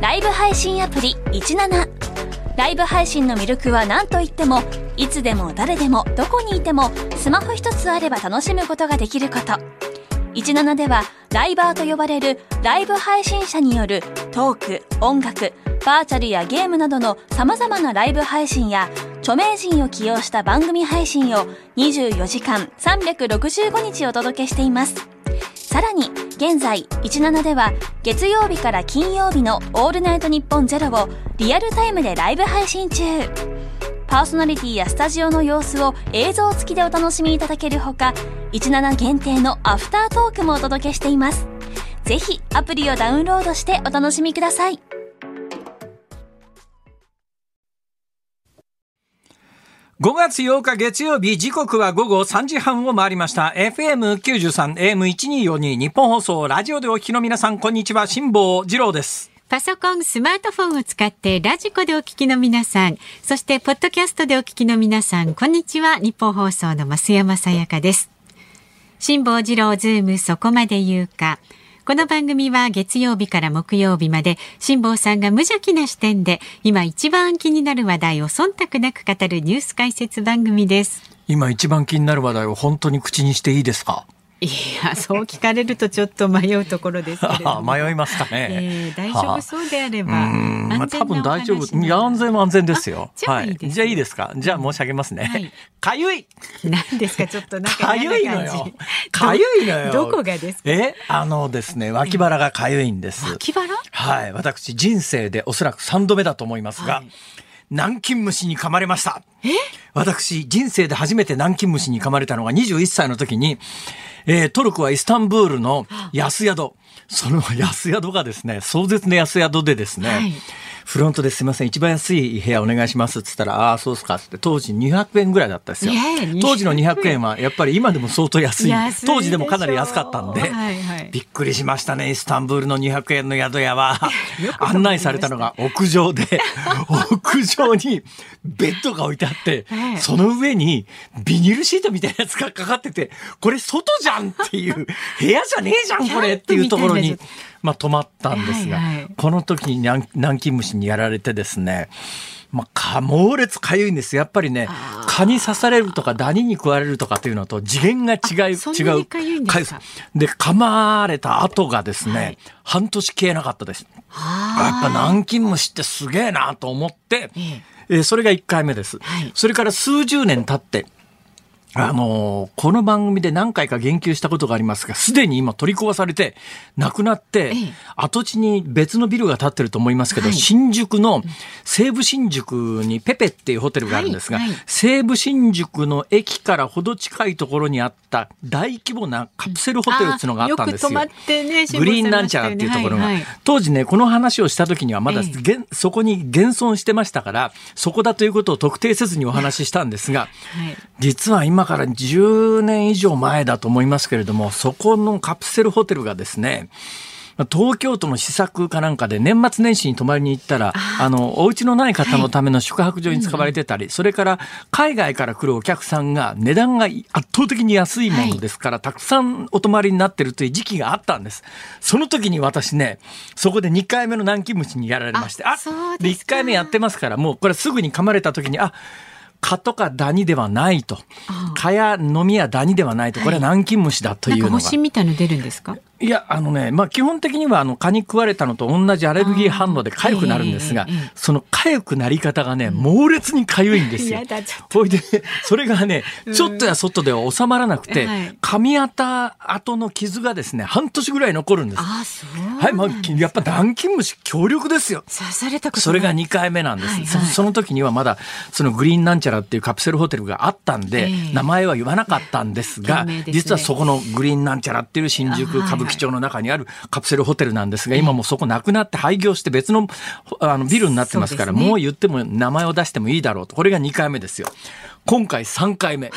ライブ配信アプリ17。ライブ配信の魅力は何といっても、いつでも誰でもどこにいてもスマホ一つあれば楽しむことができること。17ではライバーと呼ばれるライブ配信者によるトーク、音楽、バーチャルやゲームなどの様々なライブ配信や著名人を起用した番組配信を24時間365日お届けしています。さらに現在17では月曜日から金曜日のオールナイトニッポンゼロをリアルタイムでライブ配信中。パーソナリティやスタジオの様子を映像付きでお楽しみいただけるほか、17限定のアフタートークもお届けしています。ぜひアプリをダウンロードしてお楽しみください。 5月8日月曜日、時刻は午後3時半を回りました。FM93 AM1242 日本放送ラジオでお聞きの皆さん、こんにちは。辛坊治郎です。 パソコン、スマートフォンを使ってラジコでお聞きの皆さん、そしてポッドキャストでお聞きの皆さん、こんにちは。日本放送の増山さやかです。辛坊治郎ズームそこまで言うか。この番組は月曜日から木曜日まで辛坊さんが無邪気な視点で今一番気になる話題を忖度なく語るニュース解説番組です。 今一番気になる話題を本当に口にしていいですか？ いや、そう聞かれるとちょっと迷うところですけれども迷いますかね、 大丈夫そうであれば多分大丈夫。いや、安全は安全ですよ。 じゃあいいです、 じゃあいいですか。じゃあ申し上げますね。かゆい。 何ですか？ちょっとなんか嫌な感じ。 かゆいのよ。かゆいのよ。 どこがですか？ ですね、脇腹がかゆいんです。 脇腹？ はい。私人生でおそらく3度目だと思いますが、南京虫に噛まれました。私人生で初めて南京虫に噛まれたのが21歳の時に、トルコはイスタンブールの安宿、その安宿がですね、壮絶な安宿でですね、フロントですいません、一番安い部屋お願いしますって言ったら、ああそうですかって、当時200円ぐらいだったんですよ。当時の200円はやっぱり今でも相当安い。当時でもかなり安かったんで、びっくりしましたね。イスタンブールの200円の宿屋は案内されたのが屋上で屋上にベッドが置いてあって、その上にビニールシートみたいなやつがかかってて、これ外じゃんっていう、部屋じゃねえじゃんこれっていうところに泊まったんですが、この時に南京虫にやられてですね、猛烈かゆいんです。やっぱりね、蚊に刺されるとかダニに食われるとかというのと次元が違う。 そんなにかゆいんですか？ で、噛まれた後がですね、半年消えなかったです。やっぱ南京虫ってすげえなと思って、それが1回目です。それから数十年経って、この番組で何回か言及したことがありますが、すでに今取り壊されてなくなって、跡地に別のビルが建ってると思いますけど、新宿の西武新宿にペペっていうホテルがあるんですが、西武新宿の駅からほど近いところにあった大規模なカプセルホテルっていうのがあったんですよ。 よく泊まってね、 グリーンなんちゃらっていうところが、当時ね、この話をした時にはまだ、そこに現存してましたから、そこだということを特定せずにお話ししたんですが、実は今から10年以上前だと思いますけれども、そこのカプセルホテルがですね、東京都の施策かなんかで年末年始に泊まりに行ったら、お家のない方のための宿泊所に使われてたり、それから海外から来るお客さんが値段が圧倒的に安いものですから、たくさんお泊まりになってるという時期があったんです。その時に私ね、そこで2回目の南京虫にやられまして、で1回目やってますから、もうこれすぐに噛まれた時に、蚊とかダニではないと、蚊やノミやダニではないと、これは南京虫だというのが、 なんか星みたいの出るんですか？ いや、基本的には蚊に食われたのと同じアレルギー反応で痒くなるんですが、その痒くなり方がね、猛烈に痒いんですよ。ほいで、それがね、ちょっとや外では収まらなくて、噛み当た後の傷がですね、半年ぐらい残るんです。やっぱ南京虫強力ですよ。 刺されたことない。 それが2回目なんです。その時にはまだそのグリーンなんちゃらっていうカプセルホテルがあったんで、名前は言わなかったんですが、実はそこのグリーンなんちゃらっていう新宿歌舞伎町の中にあるカプセルホテルなんですが、今もうそこなくなって廃業して別のビルになってますから、もう言っても名前を出してもいいだろうと。これが2回目ですよ。今回3回目、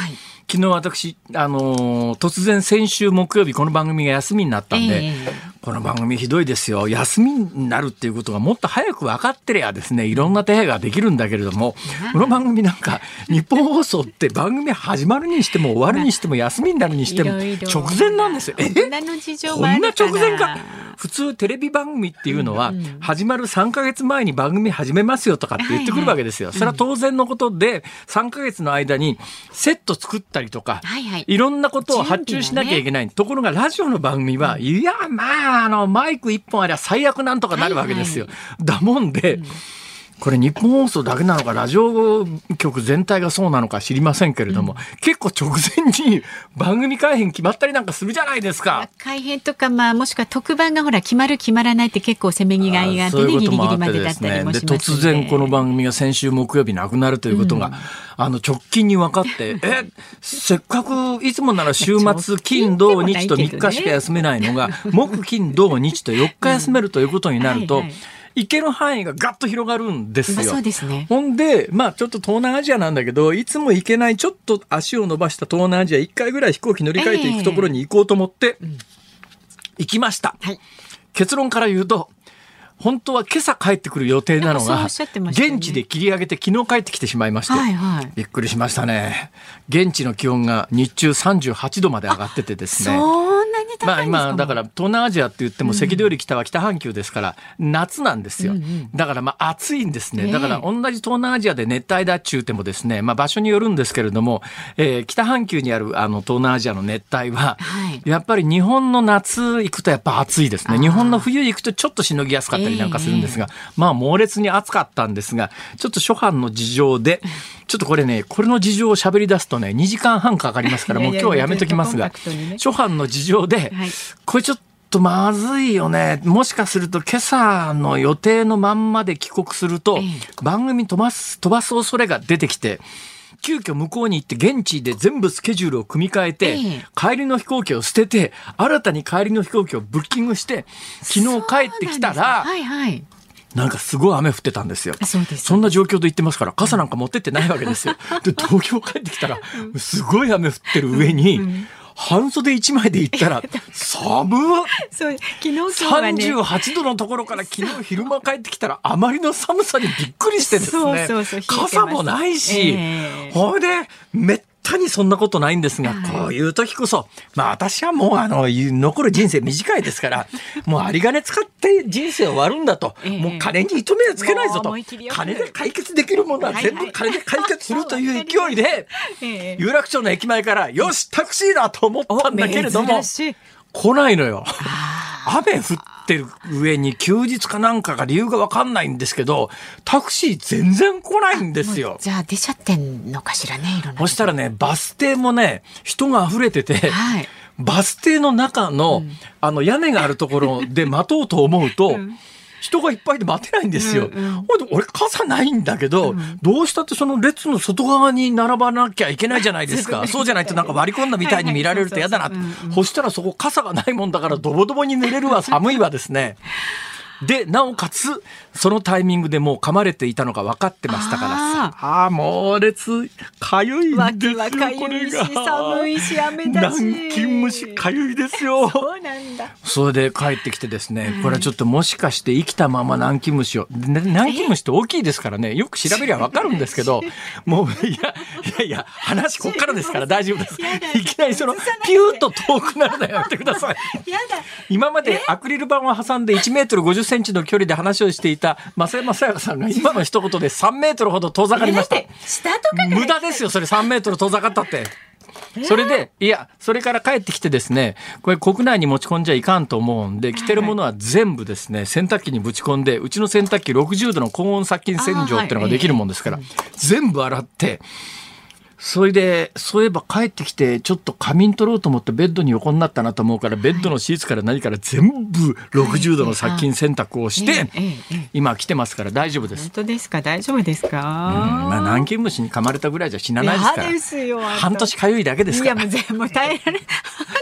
昨日私、突然先週木曜日この番組が休みになったんで、この番組ひどいですよ。休みになるっていうことがもっと早く分かってりゃですね、いろんな手配ができるんだけれども、この番組なんか日本放送って番組始まるにしても終わるにしても休みになるにしても直前なんですよ。こんな直前か。普通テレビ番組っていうのは始まる3ヶ月前に番組始めますよとかって言ってくるわけですよ。それは当然のことで、3ヶ月の間にセット作ったりとか、いろんなことを発注しなきゃいけない。ところがラジオの番組は、いやまあマイク一本ありゃ最悪なんとかなるわけですよ。だもんで、これ日本放送だけなのかラジオ局全体がそうなのか知りませんけれども、結構直前に番組改編決まったりなんかするじゃないですか。 改編とか、もしくは特番がほら決まる決まらないって結構せめぎ合いがあってね、ギリギリまでだったりもしますので、 突然この番組が先週木曜日なくなるということが、直近に分かってせっかくいつもなら週末金土日と3日しか休めないのが木金土日と4日休めるということになると、行ける範囲がガッと広がるんですよ。 そうですね。 ほんで、ちょっと東南アジアなんだけど、いつも行けないちょっと足を伸ばした東南アジア1回ぐらい飛行機乗り換えていくところに行こうと思って、行きました。結論から言うと、本当は今朝帰ってくる予定なのが、現地で切り上げて昨日帰ってきてしまいまして、びっくりしましたね。現地の気温が日中38度まで上がっててですね。今だから東南アジアって言っても赤道より北は北半球ですから夏なんですよ。だから暑いんですね。だから同じ東南アジアで熱帯だっちゅうてもですね、場所によるんですけれども、北半球にある東南アジアの熱帯は、やっぱり日本の夏行くとやっぱ暑いですね。日本の冬行くとちょっとしのぎやすかったりなんかするんですが、猛烈に暑かったんですが、ちょっと諸般の事情でちょっとこれの事情を喋り出すとね2時間半かかりますから、もう今日はやめときますが、諸般の事情で、これちょっとまずいよね。もしかすると今朝の予定のまんまで帰国すると、番組飛ばす恐れが出てきて、急遽向こうに行って現地で全部スケジュールを組み替えて、帰りの飛行機を捨てて新たに帰りの飛行機をブッキングして、昨日帰ってきたらなんかすごい雨降ってたんですよ。そんな状況で行ってますから傘なんか持ってってないわけですよ。で東京帰ってきたらすごい雨降ってる上に、半袖1枚で行ったら寒っ。 昨日 38度のところから昨日昼間帰ってきたらあまりの寒さにびっくりしてですね、傘もないし、ほいでめったにそんなことないんですが、こういう時こそ、私はもう残る人生短いですから、もう有り金使って人生終わるんだと、もう金に糸目はつけないぞと、金で解決できるものは全部金で解決するという勢いで、有楽町の駅前からよしタクシーだと思ったんだけれども、来ないのよ。雨降ってる上に休日かなんかが理由が分かんないんですけど、タクシー全然来ないんですよ。 じゃあ出ちゃってんのかしらね。 そしたらね、バス停もね人が溢れてて、バス停の中の、屋根があるところで待とうと思うと、人がいっぱいで待てないんですよ。俺傘ないんだけど、どうしたってその列の外側に並ばなきゃいけないじゃないですか。そうじゃないとなんか割り込んだみたいに見られると嫌だな。そしたらそこ傘がないもんだからドボドボに濡れるわ、寒いわですね。でなおかつそのタイミングでもう噛まれていたのが分かってましたからさ、猛烈かゆいんですよ。これが寒いし雨だし南京虫かゆいですよ。 そうなんだ。 それで帰ってきてですね、これはちょっともしかして生きたまま南京虫を、南京虫って大きいですからね、よく調べりゃ分かるんですけど、もういや話こっからですから大丈夫です。いきなりそのピューッと遠くなるのやめてください。今までアクリル板を挟んで1メートル50センチの距離で話をしていた増山さやかさんが今の一言で3メートルほど遠ざかりました。無駄ですよそれ、3メートル遠ざかったって。それでそれから帰ってきてですね、これ国内に持ち込んじゃいかんと思うんで、着てるものは全部ですね洗濯機にぶち込んで、うちの洗濯機60度の高温殺菌洗浄っていうのができるもんですから、全部洗って、それでそういえば帰ってきてちょっと仮眠取ろうと思ってベッドに横になったなと思うから、ベッドのシーツから何から全部60度の殺菌洗濯をして今来てますから大丈夫です。 本当ですか？大丈夫ですか？ 南京虫に噛まれたぐらいじゃ死なないですから。半年かゆいだけですから。 いやもう全部耐えられ半年も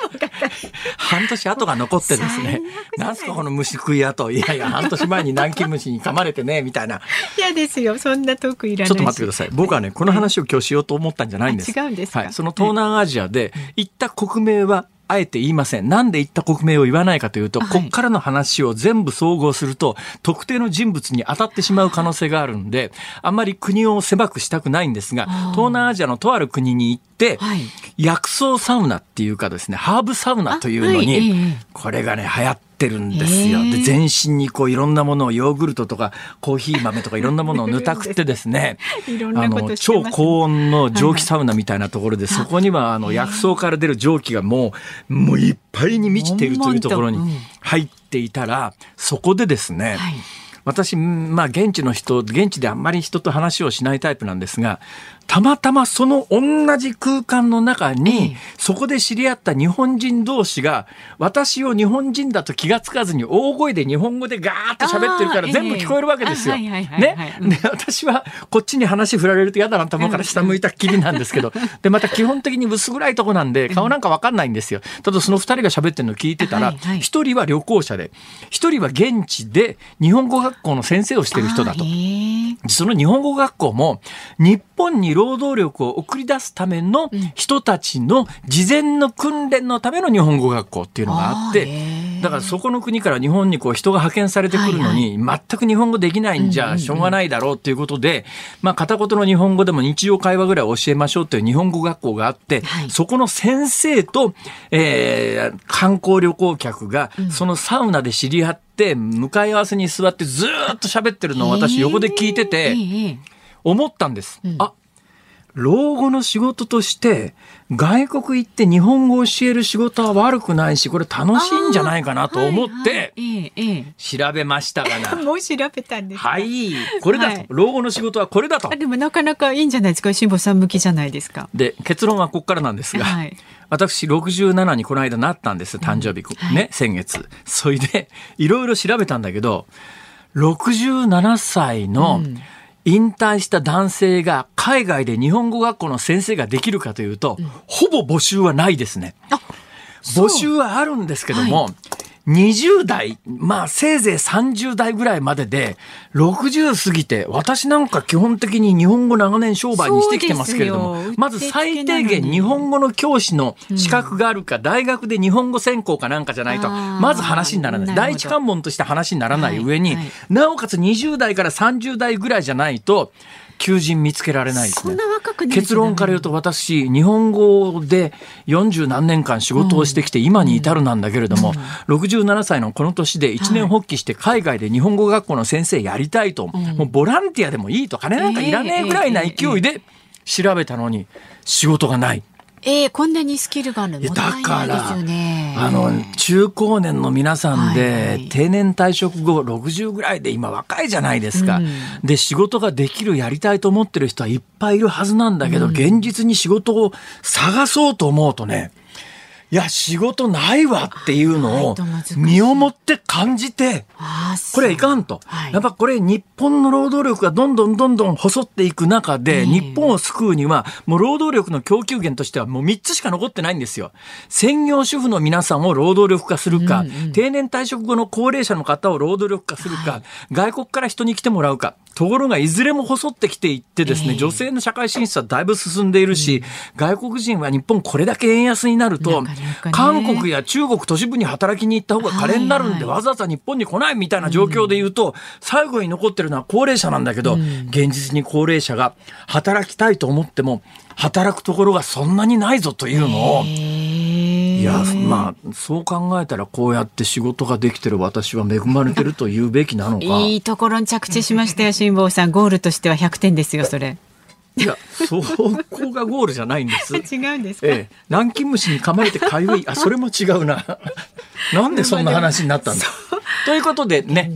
半年跡が残ってですね、なんすかこの虫食い跡、いやいや半年前に南京虫に噛まれてねみたいな。 嫌ですよ、そんなトークいらないし。 ちょっと待ってください。僕はねこの話を今日しようと思ったんじゃないんです。 違うんですか。 はい、その東南アジアで行った国名はあえて言いません。なんで言った国名を言わないかというと、こっからの話を全部総合すると特定の人物に当たってしまう可能性があるんで、あんまり国を狭くしたくないんですが、東南アジアのとある国に行って、薬草サウナっていうかですね、ハーブサウナというのに、これがね流行ってるんですよ。で全身にこういろんなものをヨーグルトとかコーヒー豆とかいろんなものをぬたくってですね超高温の蒸気サウナみたいなところで、そこには薬草から出る蒸気がもういっぱいに満ちているというところに入っていたら、そこでですね、私、現地であんまり人と話をしないタイプなんですが、たまたまその同じ空間の中に、そこで知り合った日本人同士が、私を日本人だと気がつかずに大声で日本語でガーッと喋ってるから全部聞こえるわけですよ。ね。で、私はこっちに話振られると嫌だなと思うから下向いたっきりなんですけど、で、また基本的に薄暗いとこなんで顔なんかわかんないんですよ。ただその二人が喋ってるのを聞いてたら、一人は旅行者で、一人は現地で日本語学校の先生をしてる人だと。その日本語学校も日本に労働力を送り出すための人たちの事前の訓練のための日本語学校っていうのがあって、だからそこの国から日本にこう人が派遣されてくるのに全く日本語できないんじゃしょうがないだろうということで、片言の日本語でも日常会話ぐらい教えましょうという日本語学校があって、そこの先生と、観光旅行客がそのサウナで知り合って向かい合わせに座ってずーっと喋ってるのを私横で聞いてて思ったんです。老後の仕事として外国行って日本語を教える仕事は悪くないし、これ楽しいんじゃないかなと思って調べましたがな。 もう調べたんですか。はい、 これだと、老後の仕事はこれだと。 でもなかなかいいんじゃないですか。辛坊さん向きじゃないですか。 で結論はここからなんですが、私67にこの間なったんです、誕生日、先月。それでいろいろ調べたんだけど、67歳の引退した男性が海外で日本語学校の先生ができるかというと、ほぼ募集はないですね。募集はあるんですけども、20代、せいぜい30代ぐらいまでで、60過ぎて、私なんか基本的に日本語長年商売にしてきてますけれども、まず最低限日本語の教師の資格があるか、大学で日本語専攻かなんかじゃないと、まず話にならない。第一関門として話にならない上に、なおかつ20代から30代ぐらいじゃないと、求人見つけられないですね。結論から言うと、私日本語で40何年間仕事をしてきて今に至るなんだけれども、67歳のこの年で一年発起して海外で日本語学校の先生やりたいと、もうボランティアでもいいと、金なんかいらねえぐらいな勢いで調べたのに仕事がない。 こんなにスキルがあるのもったいないですよね。 だから中高年の皆さんで、定年退職後60ぐらいで今若いじゃないですか、で仕事ができる、やりたいと思ってる人はいっぱいいるはずなんだけど、現実に仕事を探そうと思うとね、いや仕事ないわっていうのを身をもって感じて、これはいかんと、やっぱこれ日本の労働力がどんどん細っていく中で、日本を救うにはもう労働力の供給源としてはもう3つしか残ってないんですよ。専業主婦の皆さんを労働力化するか、定年退職後の高齢者の方を労働力化するか、外国から人に来てもらうか。ところがいずれも細ってきていってですね、女性の社会進出はだいぶ進んでいるし、外国人は日本これだけ円安になると、韓国や中国都市部に働きに行った方が金になるんで、わざわざ日本に来ないみたいな状況で言うと、最後に残ってるのは高齢者なんだけど、現実に高齢者が働きたいと思っても働くところがそんなにないぞというのを、いやそう考えたらこうやって仕事ができてる私は恵まれてると言うべきなのか。 いいところに着地しましたよ辛坊さん。ゴールとしては100点ですよそれ。 いやそこがゴールじゃないんです。 違うんですか。 南京虫に噛まれてかゆい、それも違うな。なんでそんな話になったんだ。ということでね、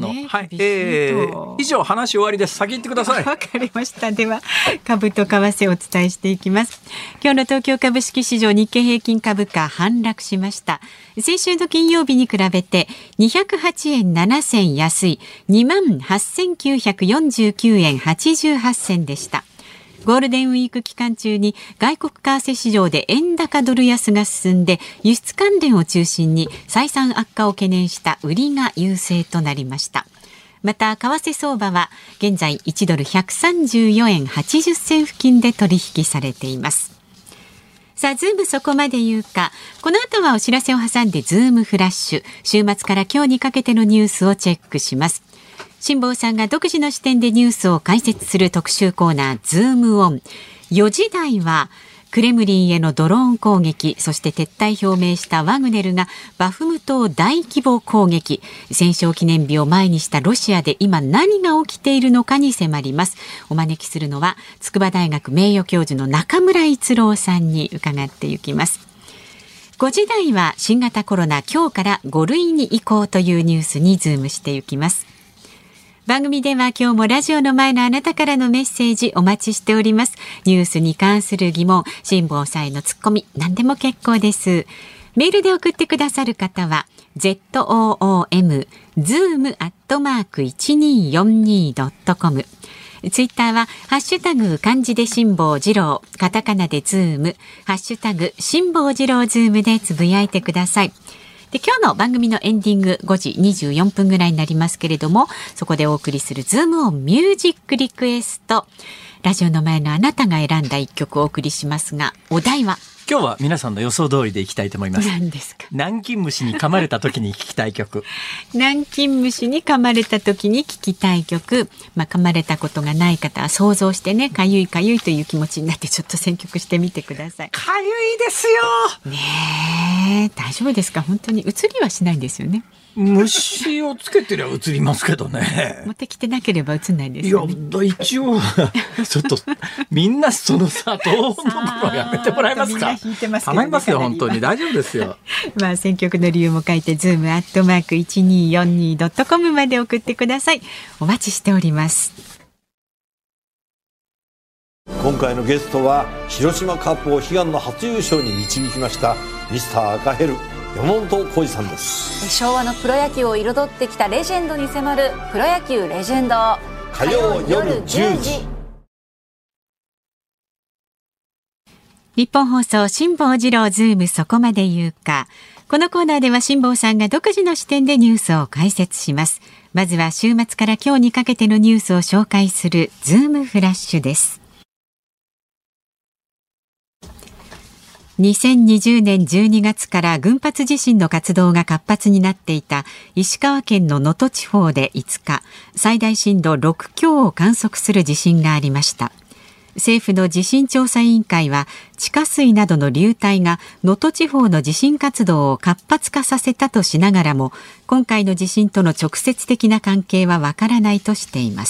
以上話終わりです。先行ってください。 わかりました。では株と為替をお伝えしていきます。今日の東京株式市場、日経平均株価反落しました。先週の金曜日に比べて208円7銭安い 28,949 円88銭でした。 ゴールデンウィーク期間中に外国為替市場で円高ドル安が進んで、輸出関連を中心に採算悪化を懸念した売りが優勢となりました。また為替相場は現在1ドル134円80銭付近で取引されています。さあ、ズームそこまで言うか。この後はお知らせを挟んでズームフラッシュ。週末から今日にかけてのニュースをチェックします。辛坊さんが独自の視点でニュースを解説する特集コーナーズームオン。4時台はクレムリンへのドローン攻撃、そして撤退表明したワグネルがバフムトを大規模攻撃、戦勝記念日を前にしたロシアで今何が起きているのかに迫ります。お招きするのは筑波大学名誉教授の中村逸郎さんに伺っていきます。5時台は新型コロナ今日から5類に移行というニュースにズームしていきます。番組では今日もラジオの前のあなたからのメッセージお待ちしております。ニュースに関する疑問、辛坊さんへのツッコミ、何でも結構です。メールで送ってくださる方は zoom@1242.com、 ツイッターはハッシュタグ漢字で辛坊治郎、カタカナでズーム、ハッシュタグ辛坊治郎ズームでつぶやいてください。で、今日の番組のエンディング5時24分ぐらいになりますけれども、そこでお送りするズームオンミュージックリクエスト、ラジオの前のあなたが選んだ一曲をお送りしますが、お題は今日は皆さんの予想通りでいきたいと思います。 何ですか？ 南京虫に噛まれた時に聞きたい曲。 南京虫に噛まれた時に聞きたい曲。噛まれたことがない方は想像してね、かゆいかゆいという気持ちになってちょっと選曲してみてください。 かゆいですよねえ、大丈夫ですか？本当に移りはしないんですよね。 虫をつけてりゃ映りますけどね。 持ってきてなければ映んないですよね。 いや、一応ちょっとみんなそのさ、東の頃やめてもらえますか？頼みますよ、本当に大丈夫ですよ。 選曲の理由も書いてzoom@1242.com まで送ってください。お待ちしております。 今回のゲストは広島カップを悲願の初優勝に導きましたミスター赤ヘル山本浩二さんです。 昭和のプロ野球を彩ってきたレジェンドに迫るプロ野球レジェンド、 火曜夜10時。 日本放送辛坊治郎ズームそこまで言うか。このコーナーでは辛坊さんが独自の視点でニュースを解説します。まずは週末から今日にかけてのニュースを紹介するズームフラッシュです。2020年12月から群発地震の活動が活発になっていた石川県の能登地方で5日、最大震度6強を観測する地震がありました。政府の地震調査委員会は、地下水などの流体が能登地方の地震活動を活発化させたとしながらも、今回の地震との直接的な関係はわからないとしています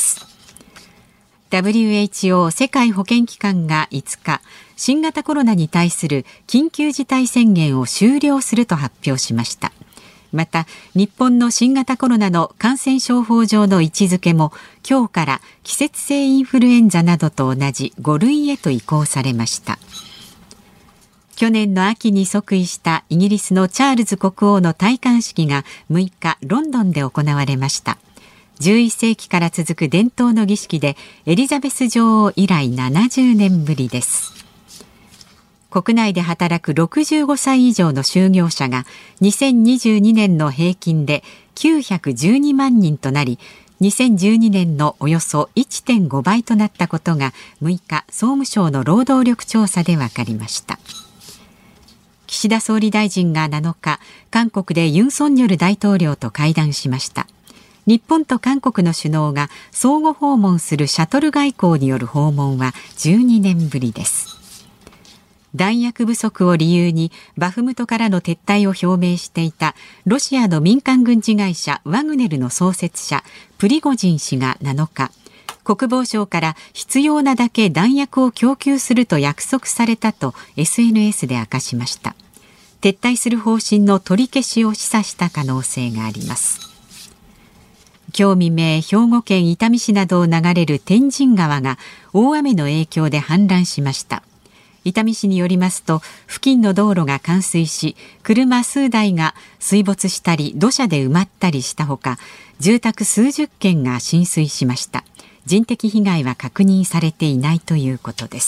。WHO 世界保健機関が5日、新型コロナに対する緊急事態宣言を終了すると発表しました。また、日本の新型コロナの感染症法上の位置づけも今日から季節性インフルエンザなどと同じ5類へと移行されました。去年の秋に即位したイギリスのチャールズ国王の戴冠式が6日ロンドンで行われました。11世紀から続く伝統の儀式でエリザベス女王以来70年ぶりです。国内で働く65歳以上の就業者が2022年の平均で912万人となり、2012年のおよそ 1.5 倍となったことが6日総務省の労働力調査で分かりました。岸田総理大臣が7日、韓国でユン・ソンニョル大統領と会談しました。日本と韓国の首脳が相互訪問するシャトル外交による訪問は12年ぶりです。弾薬不足を理由にバフムトからの撤退を表明していたロシアの民間軍事会社ワグネルの創設者プリゴジン氏が7日、国防省から必要なだけ弾薬を供給すると約束されたと SNS で明かしました。撤退する方針の取り消しを示唆した可能性があります。今日未明、兵庫県伊丹市などを流れる天神川が大雨の影響で氾濫しました。伊丹市によりますと、付近の道路が冠水し、車数台が水没したり土砂で埋まったりしたほか、住宅数十軒が浸水しました。 人的被害は確認されていないということです。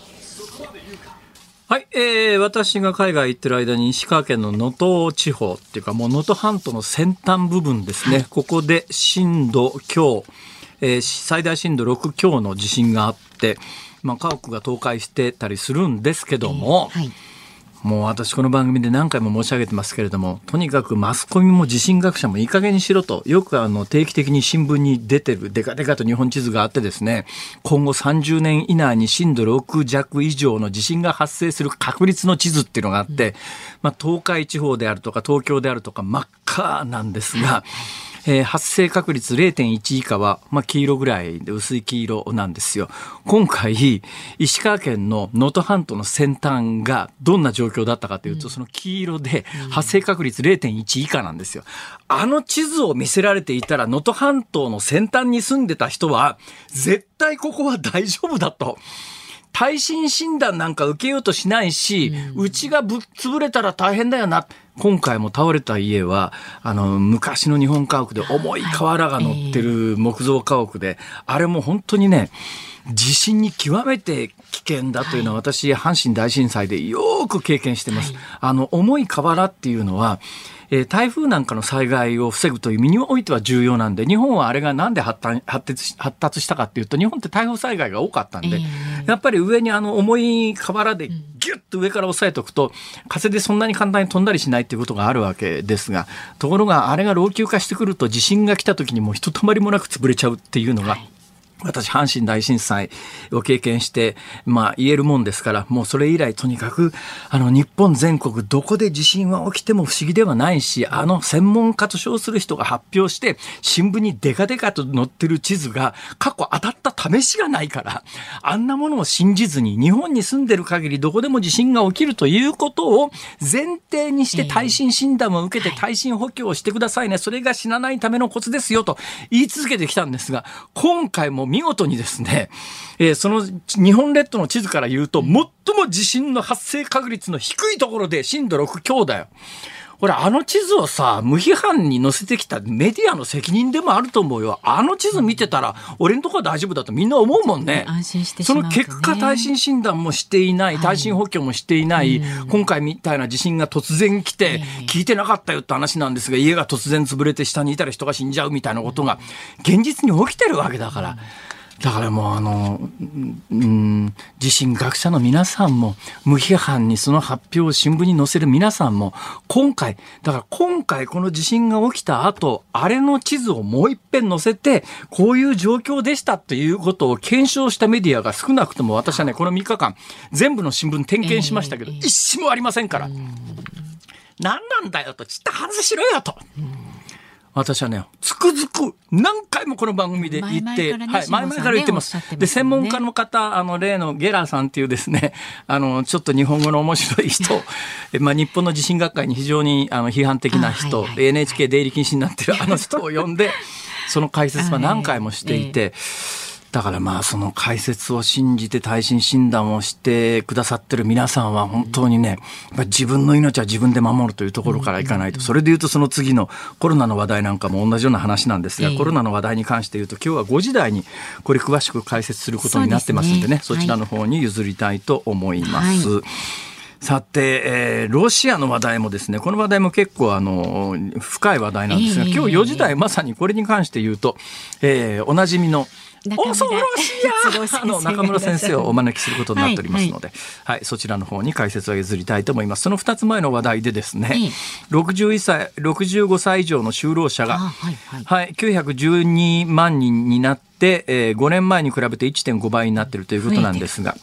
はい、私が海外行ってる間に石川県の能登地方っていうかもう能登半島の先端部分ですね、はい、ここで震度強、最大震度6強の地震があって、家屋が倒壊してたりするんですけども、はい、もう私この番組で何回も申し上げてますけれども、とにかくマスコミも地震学者もいい加減にしろと、よく定期的に新聞に出てるデカデカと日本地図があってですね、今後30年以内に震度6弱以上の地震が発生する確率の地図っていうのがあって、東海地方であるとか東京であるとか真っ赤なんですが、発生確率 0.1 以下は、黄色ぐらいで薄い黄色なんですよ。今回石川県の能登半島の先端がどんな状況だったかというと、その黄色で発生確率 0.1 以下なんですよ。あの地図を見せられていたら能登半島の先端に住んでた人は絶対ここは大丈夫だと、耐震診断なんか受けようとしないし、うちが潰れたら大変だよな。今回も倒れた家は昔の日本家屋で重い瓦が乗ってる木造家屋で、あれも本当にね、地震に極めて危険だというのは私阪神大震災でよく経験してます。重い瓦っていうのは台風なんかの災害を防ぐという意味においては重要なんで、日本はあれがなんで発達したかっていうと、日本って台風災害が多かったんで、やっぱり上に重い瓦でギュッと上から押さえておくと、風でそんなに簡単に飛んだりしないっていうことがあるわけですが、ところがあれが老朽化してくると、地震が来た時にもうひとたまりもなく潰れちゃうっていうのが、私阪神大震災を経験して言えるもんですから、もうそれ以来とにかく日本全国どこで地震は起きても不思議ではないし、専門家と称する人が発表して新聞にデカデカと載ってる地図が過去当たった試しがないから、あんなものを信じずに日本に住んでる限りどこでも地震が起きるということを前提にして耐震診断を受けて耐震補強をしてくださいね、それが死なないためのコツですよと言い続けてきたんですが、今回も見事にですね、その日本列島の地図から言うと最も地震の発生確率の低いところで震度6強だよ。これ地図を無批判に載せてきたメディアの責任でもあると思うよ。地図見てたら俺のとこは大丈夫だとみんな思うもんね。 安心してしまうとね。 その結果耐震診断もしていない、耐震補強もしていない、今回みたいな地震が突然来て聞いてなかったよって話なんですが、家が突然潰れて下にいたら人が死んじゃうみたいなことが現実に起きてるわけだから、だからもう地震学者の皆さんも無批判にその発表を新聞に載せる皆さんも、今回この地震が起きた後、あれの地図をもう一遍載せてこういう状況でしたということを検証したメディアが少なくとも、私はねこの3日間全部の新聞点検しましたけど、一紙もありませんから、何なんだよと、ちった外しろよと、私はねつくづく何回もこの番組で言って、前々から言ってます。で、専門家の方、例のゲラーさんっていうですね、ちょっと日本語の面白い人、日本の地震学会に非常に批判的な人、NHK 出入り禁止になってる人を呼んでその解説は何回もしていて、だからその解説を信じて耐震診断をしてくださってる皆さんは本当にね、自分の命は自分で守るというところからいかないと。それで言うとその次のコロナの話題なんかも同じような話なんですが、コロナの話題に関して言うと今日は5時台にこれ詳しく解説することになってますんでね、そちらの方に譲りたいと思います。さて、ロシアの話題もですね、この話題も結構深い話題なんですが、今日4時台まさにこれに関して言うと、おなじみの恐ろしい中村先生をお招きすることになっておりますので、そちらの方に解説を譲りたいと思います。その2つ前の話題でですね、65歳以上の就労者が、912万人になって、5年前に比べて 1.5 倍になっているということなんですが、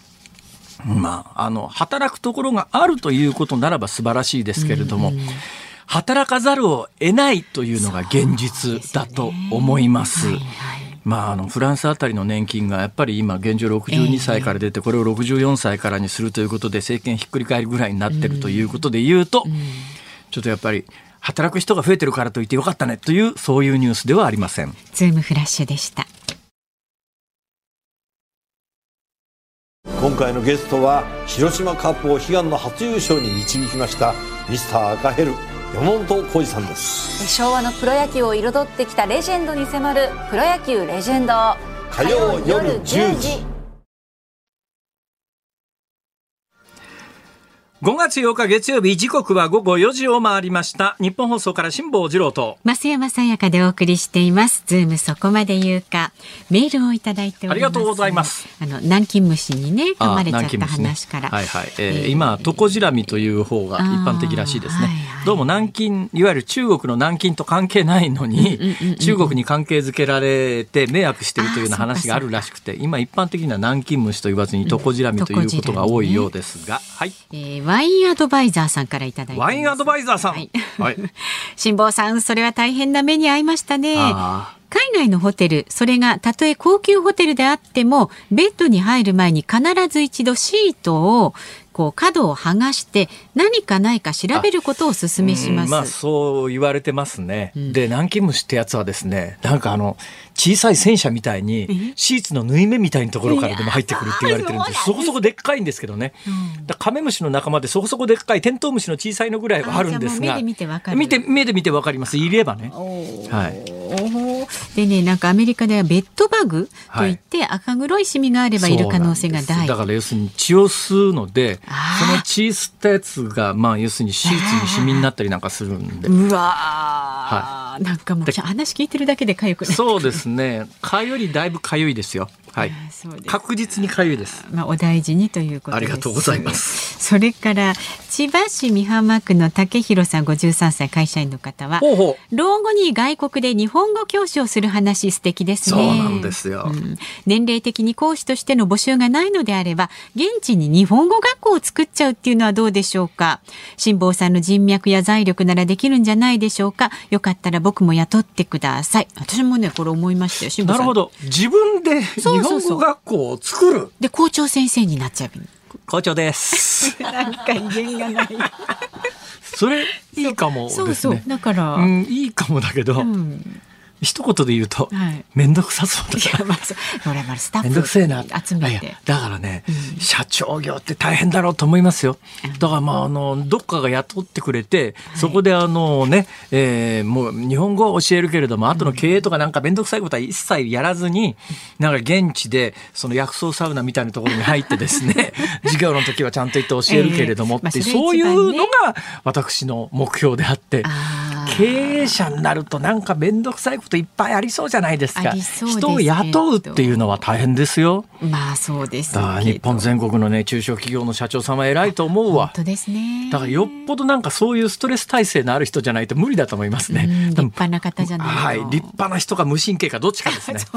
働くところがあるということならば素晴らしいですけれども、働かざるを得ないというのが現実だと思います。フランスあたりの年金がやっぱり今現状62歳から出て、これを64歳からにするということで政権ひっくり返るぐらいになっているということで言うと、ちょっとやっぱり働く人が増えてるからといってよかったねという、そういうニュースではありません。 ズームフラッシュでした。 今回のゲストは広島カップを悲願の初優勝に導きましたミスター赤ヘル山本浩二さんです。 昭和のプロ野球を彩ってきたレジェンドに迫るプロ野球レジェンド。 火曜夜10時。 5月8日月曜日、時刻は午後4時を回りました。日本放送から辛坊治郎と増山さやかでお送りしています。ズームそこまで言うか。メールをいただいております。 ありがとうございます。 南京虫にね噛まれちゃった話から、 はいはい。今トコジラミという方が一般的らしいですね。どうも南京、いわゆる中国の南京と関係ないのに、中国に関係づけられて迷惑しているというような話があるらしくて、今一般的には南京虫と言わずにトコジラミということが多いようですが、はい。 ワインアドバイザーさんからいただいてます。 ワインアドバイザーさん、 はいはい、 辛坊さん、それは大変な目に遭いましたね。海外のホテル、それがたとえ高級ホテルであってもベッドに入る前に必ず一度シートを角を剥がして何かないか調べることをお勧めします。 そう言われてますね。で、南京虫ってやつはですね、なんか小さい戦車みたいにシーツの縫い目みたいなところからでも入ってくるって言われてるんです。そこそこでっかいんですけどね。だカメムシの仲間でそこそこでっかいテントウムシの小さいのぐらいはあるんですが、 目で見てわかる。 目で見てわかります。いればね。はい。 でね、なんかアメリカではベッドバグといって赤黒いシミがあればいる可能性が大。 だから要するに血を吸うので、その血吸ったやつが要するにシーツにシミになったりなんかするんで。 うわー、なんかもう話聞いてるだけで痒くなってくる。 そうですね。蚊よりだいぶ痒いですよ。はい、確実に痒いです。 お大事にということです。 ありがとうございます。 それから千葉市美浜区の竹広さん53歳会社員の方は、老後に外国で日本語教師をする話素敵ですね。 そうなんですよ。 年齢的に講師としての募集がないのであれば現地に日本語学校を作っちゃうっていうのはどうでしょうか。辛坊さんの人脈や財力ならできるんじゃないでしょうか。よかったら僕も雇ってください。私もねこれ思いましたよ。辛坊さん、なるほど、 自分で日本語学校を作る。 で校長先生になっちゃう。 校長ですなんか威厳がないそれいいかもですね。 そうだから、 いいかもだけど、一言で言うと、めんどくさそうだから。 スタッフめんどくせえな集めて。 だからね、社長業って大変だろうと思いますよ。だからどっかが雇ってくれて、そこでもう日本語は教えるけれども、後の経営とかなんかめんどくさいことは一切やらずに、なんか現地でその薬草サウナみたいなところに入ってですね、授業の時はちゃんと言って教えるけれどもって、そういうのが私の目標であって、経営者になるとなんかめんどくさいこといっぱいありそうじゃないですか。人を雇うっていうのは大変ですよ。 そうですけど。日本全国のね中小企業の社長さんは偉いと思うわ。 本当ですね。 だからよっぽどなんかそういうストレス耐性のある人じゃないと無理だと思いますね。 立派な方じゃないと。 立派な人か無神経かどっちかですね。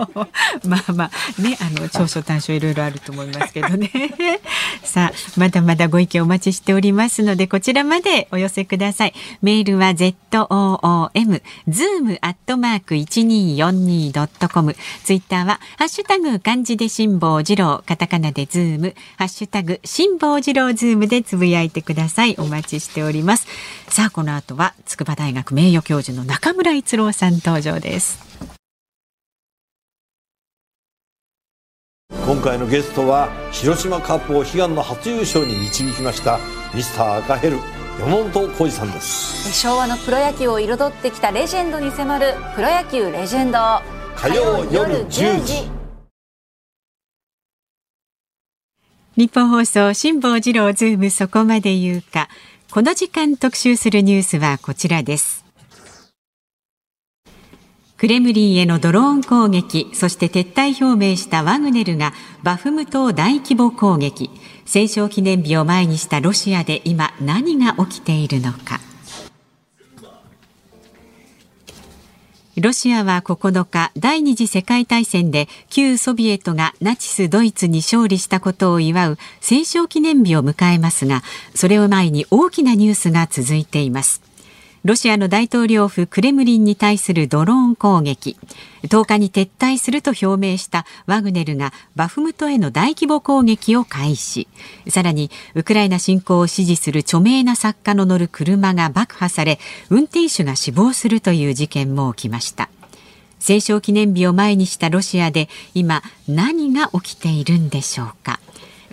長所短所いろいろあると思いますけどねさあまだまだご意見お待ちしておりますので、こちらまでお寄せください。メールはzoom@1242.com、 ツイッターはハッシュタグ漢字で辛坊治郎、カタカナでズーム、ハッシュタグ辛坊治郎ズームでつぶやいてください。お待ちしております。さあこの後は筑波大学名誉教授の中村逸郎さん登場です。 今回のゲストは広島カップを悲願の初優勝に導きましたミスター赤ヘル山本浩二さんです。 昭和のプロ野球を彩ってきたレジェンドに迫るプロ野球レジェンド、 火曜夜10時。 日本放送辛坊治郎ズームそこまで言うか。この時間特集するニュースはこちらです。クレムリンへのドローン攻撃、そして撤退表明したワグネルがバフムトを大規模攻撃。戦勝記念日を前にしたロシアで今何が起きているのか。ロシアは9日、第二次世界大戦で旧ソビエトがナチスドイツに勝利したことを祝う戦勝記念日を迎えますが、それを前に大きなニュースが続いています。ロシアの大統領府クレムリンに対するドローン攻撃。10日に撤退すると表明したワグネルがバフムトへの大規模攻撃を開始。さらにウクライナ侵攻を支持する著名な作家の乗る車が爆破され、運転手が死亡するという事件も起きました。戦勝記念日を前にしたロシアで今何が起きているんでしょうか。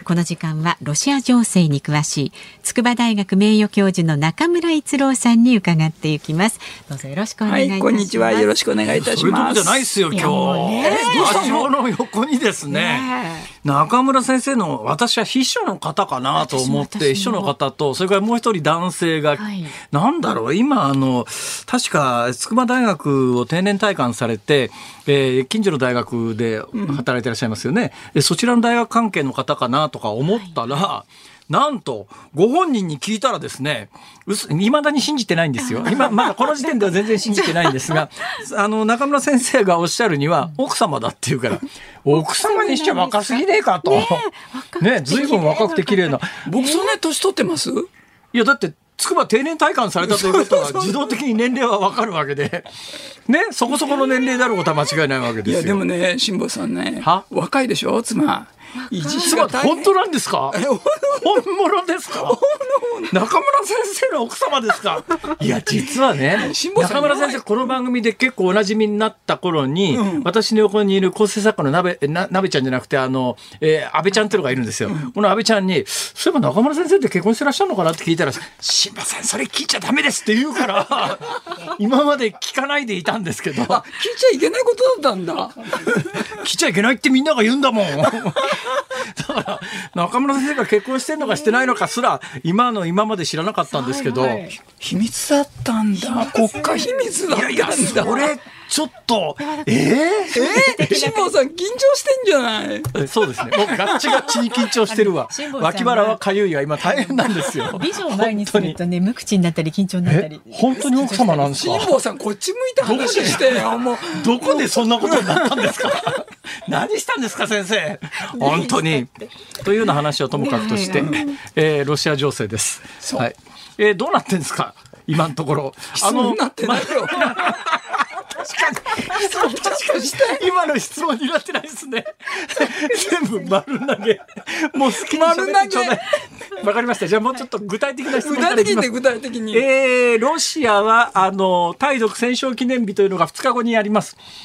この時間はロシア情勢に詳しい筑波大学名誉教授の中村逸郎さんに伺っていきます。どうぞよろしくお願いいたします。 こんにちは、よろしくお願いいたします。 それどころじゃないですよ今日。スタジオの横にですね、中村先生の、私は秘書の方かなと思って、秘書の方と、それからもう一人男性が、なんだろう、今確か筑波大学を定年退官されて、近所の大学で働いていらっしゃいますよね。そちらの大学関係の方かなとか思ったら、なんとご本人に聞いたらですね、未だに信じてないんですよ。今まだこの時点では全然信じてないんですが、中村先生がおっしゃるには奥様だっていうから、奥様にしちゃ若すぎねえかと。ね、随分若くて綺麗な。 僕そんなに年取ってます？ いやだって筑波定年退官されたということは自動的に年齢は分かるわけで、ね、そこそこの年齢であることは間違いないわけですよ。 いやでもね、辛坊さんね、若いでしょ、妻。 本当なんですか？本物ですか？中村先生の奥様ですか？いや実はね、中村先生この番組で結構おなじみになった頃に、私の横にいる構成作家のなべちゃんじゃなくて安倍ちゃんっていうのがいるんですよ。この安倍ちゃんに、そういえば中村先生って結婚してらっしゃるのかなって聞いたら、辛坊さんそれ聞いちゃダメですって言うから今まで聞かないでいたんですけど。聞いちゃいけないことだったんだ。 聞いちゃいけないってみんなが言うんだもん。だから中村先生が結婚してるのかしてないのかすら今まで知らなかったんですけど、 秘密だったんだ。国家秘密だったんだ。 いやそれちょっと辛坊さん緊張してんじゃない？ そうですね、もうガッチガッチに緊張してるわ。脇腹はかゆいわ、今大変なんですよ。 美女を前にするとね、無口になったり緊張になったり。 本当に奥様なんですか？ 辛坊さんこっち向いて話してよ。もうどこでそんなことになったんですか？何したんですか先生、本当に。というような話をともかくとして、ロシア情勢です。はい。どうなってんですか今のところ。 質問になってないよ。 確かに今の質問になってないですね。全部丸投げ。もう好きに喋ってちょうだい。わかりました。じゃあもうちょっと具体的な質問からいきます。 具体的に。 ロシアは対独戦勝記念日というのが2日後にあります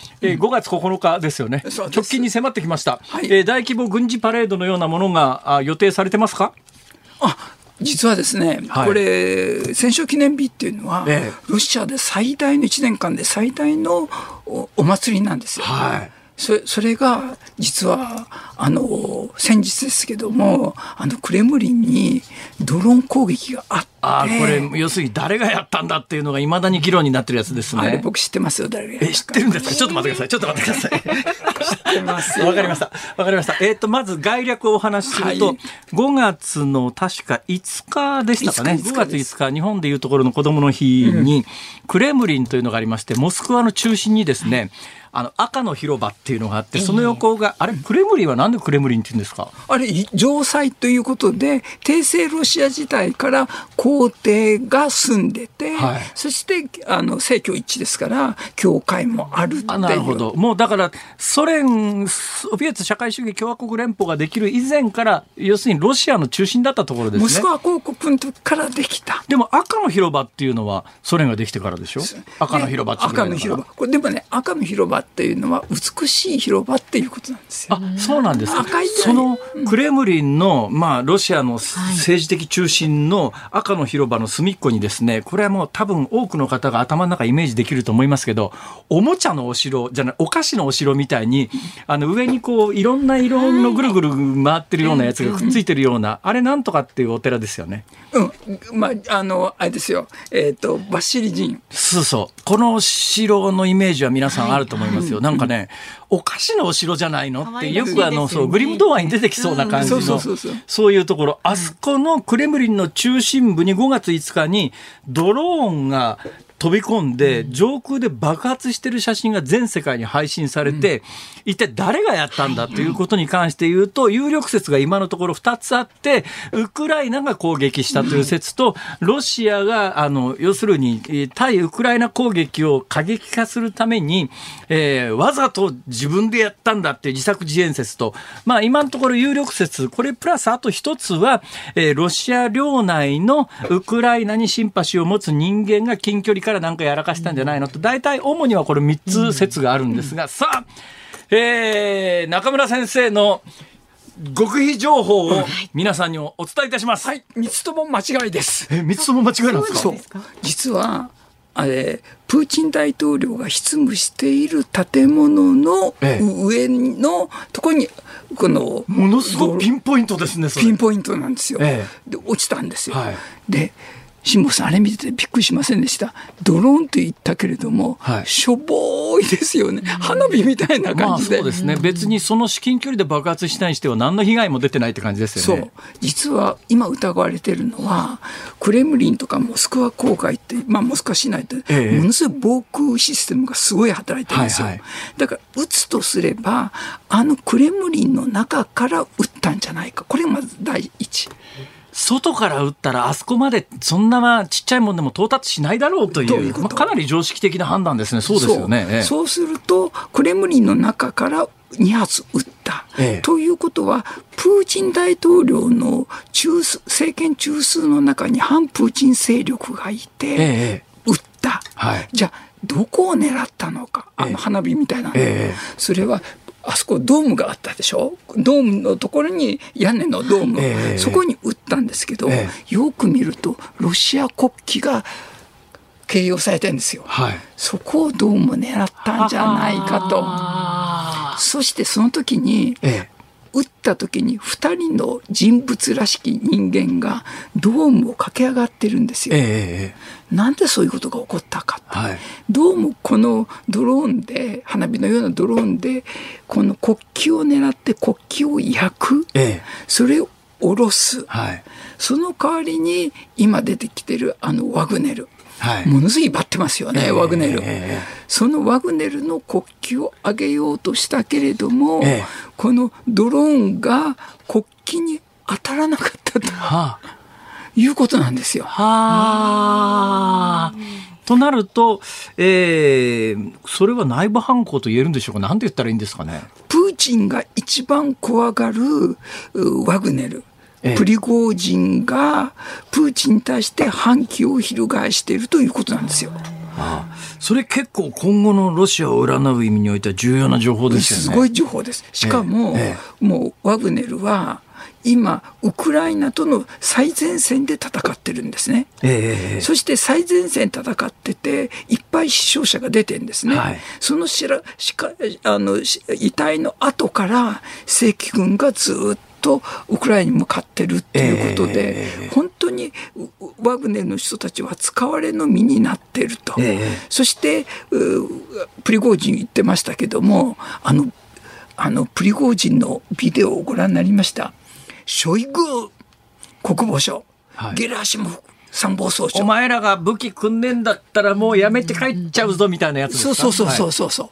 。5月9日ですよね。直近に迫ってきました。大規模軍事パレードのようなものが予定されてますか？ 実はですね、これ戦勝記念日っていうのは、ロシアで最大の1年間で最大の お祭りなんですよ。それが実は先日ですけども、クレムリンにドローン攻撃があって、 これ要するに誰がやったんだっていうのがいまだに議論になってるやつですね。 僕知ってますよ、誰がやったか。 知ってるんですか？ちょっと待ってください。知ってますよ。わかりました。まず概略をお話しすると、5月の確か5日でしたかね。5月5日、日本でいうところの子供の日に、クレムリンというのがありまして、モスクワの中心にですね、赤の広場っていうのがあって、その横が、クレムリンはなんでクレムリンって言うんですか？ 城塞ということで、帝政ロシア時代から皇帝が住んでて、そして政教一致ですから教会もあるっていう。 なるほど。もうだからソビエト社会主義共和国連邦ができる以前から、要するにロシアの中心だったところですね。 モスクワ公国の時からできた。 でも赤の広場っていうのはソ連ができてからでしょ？赤の広場っていうのは。 赤の広場。これでもね、赤の広場っていうのは美しい広場っていうことなんですよ。 そうなんですか。そのクレムリンの、ロシアの政治的中心の赤の広場の隅っこにですね、これはもう多分多くの方が頭の中イメージできると思いますけど、おもちゃのお城じゃない、お菓子のお城みたいに上にこういろんな色のぐるぐる回ってるようなやつがくっついてるような、あれなんとかっていうお寺ですよね。 あれですよ、バシリ寺院。 そう、この城のイメージは皆さんあると思いますよ。なんかね、お菓子のお城じゃないのってよくグリム童話に出てきそうな感じの、そういうところ、あそこのクレムリンの中心部に5月5日にドローンが飛び込んで上空で爆発してる写真が全世界に配信されて、一体誰がやったんだということに関して言うと、有力説が今のところ2つあって、ウクライナが攻撃したという説と、ロシアが要するに対ウクライナ攻撃を過激化するために、わざと自分でやったんだっていう自作自演説と、今のところ有力説、これプラスあと一つは、ロシア領内のウクライナにシンパシーを持つ人間が近距離からなんかやらかしたんじゃないのと、大体主にはこれ3つ説があるんですが、さあ、中村先生の極秘情報を皆さんにお伝えいたします。 はい、3つとも間違いです。 3つとも間違いなんですか？ そう、実はプーチン大統領が執務している建物の上のところにものすごくピンポイントですね。それピンポイントなんですよ。で落ちたんですよ。で辛坊さん、あれ見ててびっくりしませんでした？ドローンと言ったけれども、しょぼーいですよね。花火みたいな感じで。 そうですね。別にその至近距離で爆発したにしては何の被害も出てないって感じですよね。 そう。実は今疑われているのは、クレムリンとかモスクワ郊外って、モスクワ市内って、ものすごい防空システムがすごい働いてるんですよ。だから撃つとすれば、クレムリンの中から撃ったんじゃないか。これがまず第一。 外から撃ったらあそこまでそんなちっちゃいもんでも到達しないだろうというかなり常識的な判断ですね。そうですよね。 そうするとクレムリンの中から2発撃った、ということはプーチン大統領の政権中枢の中に反プーチン勢力がいて、撃った、じゃあどこを狙ったのか、花火みたいなの、それはあそこドームがあったでしょ。ドームのところに屋根のドーム、そこに撃ったんですけど、よく見るとロシア国旗が掲揚されてるんですよ。そこをどうも狙ったんじゃないかと。そしてその時に、撃った時に2人の人物らしき人間がドームを駆け上がってるんですよ。なんでそういうことが起こったかって、どうもこのドローンで、花火のようなドローンでこの国旗を狙って国旗を焼く、それを下ろす、その代わりに今出てきてるワグネル、ものすごい威張ってますよね、ワグネル。そのワグネルの国旗を上げようとしたけれども、このドローンが国旗に当たらなかったと、いうことなんですよ。 となると、それは内部犯行と言えるんでしょうか。なんて言ったらいいんですかね。 プーチンが一番怖がるワグネル、プリゴージンがプーチンに対して反旗を翻しているということなんですよ。 それ結構今後のロシアを占う意味においては重要な情報ですよね。 すごい情報です。しかも、もうワグネルは今ウクライナとの最前線で戦ってるんですね。そして最前線戦ってていっぱい死傷者が出てるんですね。その遺体の後から正規軍がずっとウクライナに向かってるっていうことで、本当にワグネルの人たちは使われの身になってると。そしてプリゴージン言ってましたけども、プリゴージンのビデオをご覧になりました？ショイグ国防相、ゲラシモフ参謀総長、 お前らが武器組んでんだったらもうやめて帰っちゃうぞみたいなやつですか。 そう、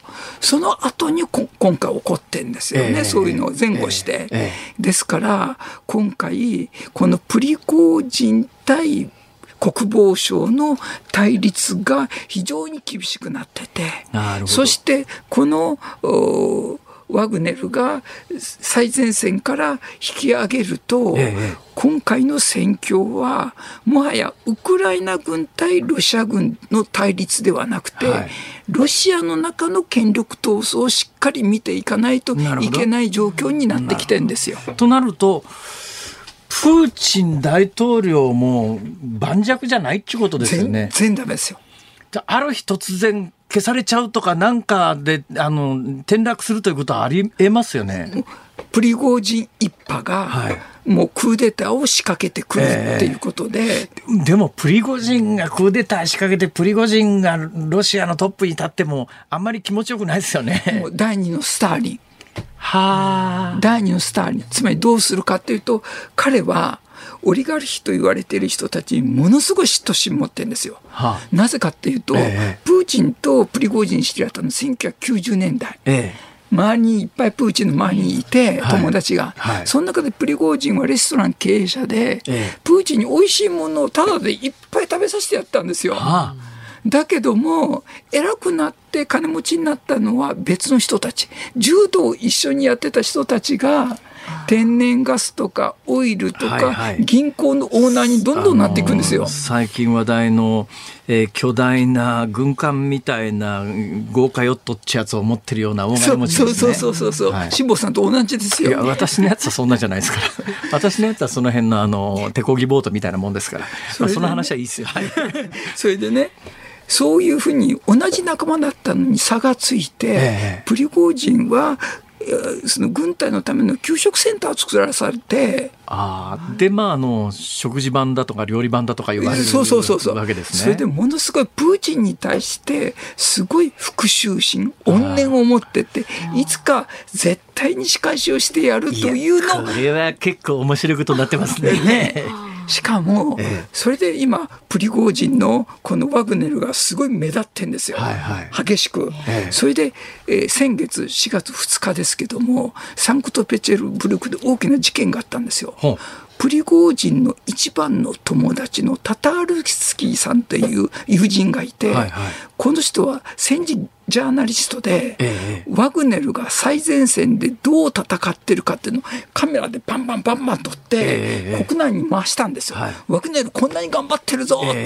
その後に今回起こってんですよね、そういうのを前後して、ですから今回このプリゴージン対国防省の対立が非常に厳しくなってて、そしてこのワグネルが最前線から引き上げると、今回の戦況はもはやウクライナ軍対ロシア軍の対立ではなくて、ロシアの中の権力闘争をしっかり見ていかないといけない状況になってきてるんですよ。 となるとプーチン大統領も盤石じゃないっていうことですよね。 全然ダメですよ。 ある日突然消されちゃうとかなんかで転落するということはありえますよね。 プリゴージン一派がもうクーデターを仕掛けてくるっていうことで、 でもプリゴジンがクーデター仕掛けてプリゴジンがロシアのトップに立ってもあんまり気持ちよくないですよね。 もう第二のスターリン、第二のスターリン、つまりどうするかというと、彼はオリガルヒと言われている人たちにものすごい嫉妬心持ってるんですよ。なぜかっていうと、プーチンとプリゴジン知り合ったの1990年代、周りにいっぱいプーチンの周りにいて友達が、その中でプリゴジンはレストラン経営者で、プーチンに美味しいものをタダでいっぱい食べさせてやったんですよ。だけども偉くなって金持ちになったのは別の人たち、柔道を一緒にやってた人たちが天然ガスとかオイルとか銀行のオーナーにどんどんなっていくんですよ。 最近話題の、巨大な軍艦みたいな豪華ヨットってやつを持ってるような大金持ちですね。 そう、辛坊さんと同じですよ。 いや、私のやつはそんなじゃないですから私のやつはその辺の手漕ぎボートみたいなもんですから、その話はいいですよ。 それでね、そういうふうに同じ仲間だったのに差がついて、プリゴジンはその軍隊のための給食センターを作らされて、 で食事版だとか料理版だとか言われるわけですね。 それでものすごいプーチンに対してすごい復讐心、怨念を持ってて、いつか絶対に仕返しをしてやるというの。 これは結構面白いことになってますね。 しかも、それで今プリゴジンのこのワグネルがすごい目立ってんですよ、激しく。それで、先月4月2日ですけども、サンクトペテルブルクで大きな事件があったんですよ。プリゴジンの一番の友達のタタールスキーさんという友人がいて、この人は戦時ジャーナリストで、ワグネルが最前線でどう戦ってるかっていうのをカメラでバンバン撮って、国内に回したんですよ。ワグネルこんなに頑張ってるぞって。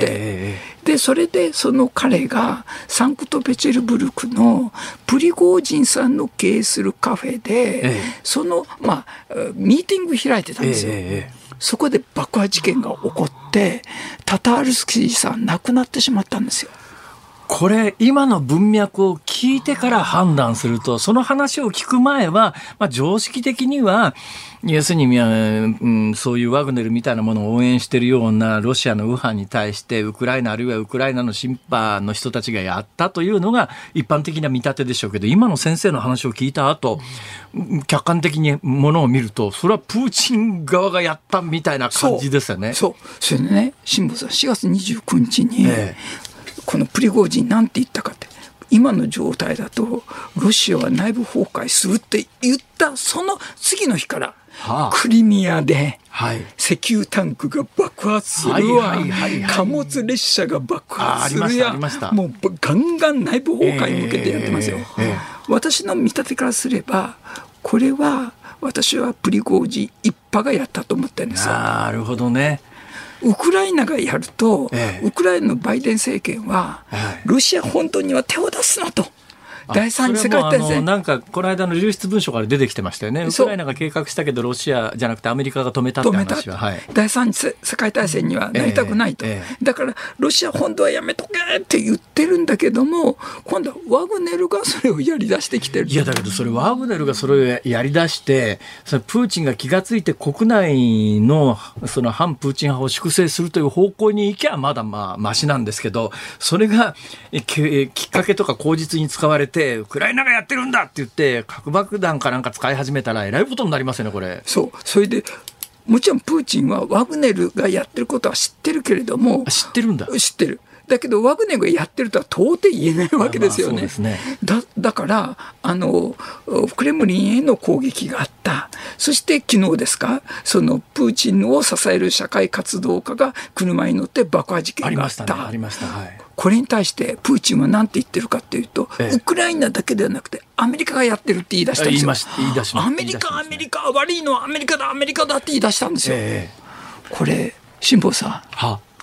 でそれでその彼がサンクトペテルブルクのプリゴジンさんの経営するカフェで、そのミーティング開いてたんですよ。そこで爆破事件が起こってタタールスキーさん亡くなってしまったんですよ。 これ今の文脈を聞いてから判断すると、その話を聞く前は、常識的には要するに、そういうワグネルみたいなものを応援しているようなロシアの右派に対してウクライナあるいはウクライナのシンパの人たちがやったというのが一般的な見立てでしょうけど、今の先生の話を聞いた後、客観的にものを見るとそれはプーチン側がやったみたいな感じですよね。 それでね、辛坊さん4月29日に、このプリゴジンなんて言ったかって、今の状態だとロシアは内部崩壊するって言ったその次の日から、クリミアで石油タンクが爆発するわ、貨物列車が爆発するや、もうガンガン内部崩壊に向けてやってますよ。私の見立てからすればこれは私はプリゴジン一派がやったと思ってるんですよ。 なるほどね。 ウクライナがやると、ウクライナのバイデン政権は、ロシア本当には手を出すなと。第三次世界大戦、 なんかこの間の流出文書から出てきてましたよね。ウクライナが計画したけどロシアじゃなくてアメリカが止めたって話は、 第三次世界大戦にはなりたくないと、だからロシア本土はやめとけって言ってるんだけども、今度はワグネルがそれをやり出してきてる。 いやだけどそれワグネルがそれをやり出して、それプーチンが気がついて国内のその反プーチン派を粛清するという方向に行けばまだマシなんですけど、それがきっかけとか口実に使われてウクライナがやってるんだって言って核爆弾かなんか使い始めたらえらいことになりますよねこれ。 それでもちろんプーチンはワグネルがやってることは知ってるけれども、 知ってるんだ。 知ってる。だけどワグネルがやってるとは到底言えないわけですよね。 そうですね。 だからクレムリンへの攻撃があった。そして昨日ですか、そのプーチンを支える社会活動家が車に乗って爆破事件があった。 ありましたね。 これに対してプーチンは何て言ってるかっていうと、ウクライナだけではなくてアメリカがやってるって言い出したんですよ。 言い出しました。 アメリカ悪いのはアメリカだって言い出したんですよ。これ辛坊さん、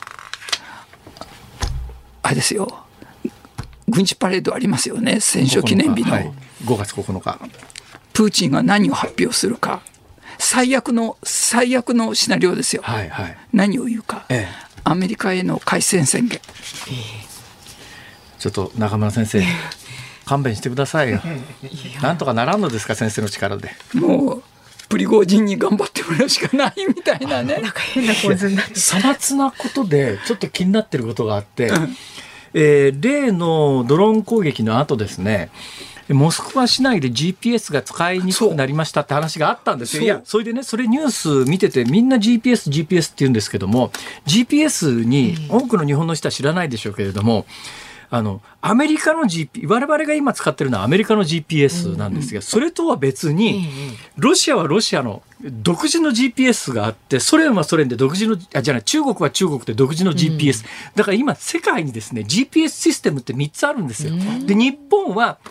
あれですよ、軍事パレードありますよね、戦勝記念日の、 5月9日。 プーチンが何を発表するか、最悪のシナリオですよ。何を言うか、アメリカへの開戦宣言。 ちょっと中村先生勘弁してくださいよ。なんとかならんのですか先生の力で。 もうプリゴジンに頑張ってもらうしかないみたいなね。 なんか変な構図になって。 さまつなことでちょっと気になってることがあって、例のドローン攻撃の後ですね、モスクワ市内で GPS が使いにくくなりましたって話があったんですよ。いや、それでね、それニュース見ててみんな GPS って言うんですけども、 GPS に多くの日本の人は知らないでしょうけれども、アメリカの 我々が今使ってるのはアメリカの GPS なんですが、それとは別にロシアはロシアの独自の GPS があって、ソ連はソ連で独自の中国は中国で独自の GPS、だから今世界にですね GPS システムって3つあるんですよ。で日本は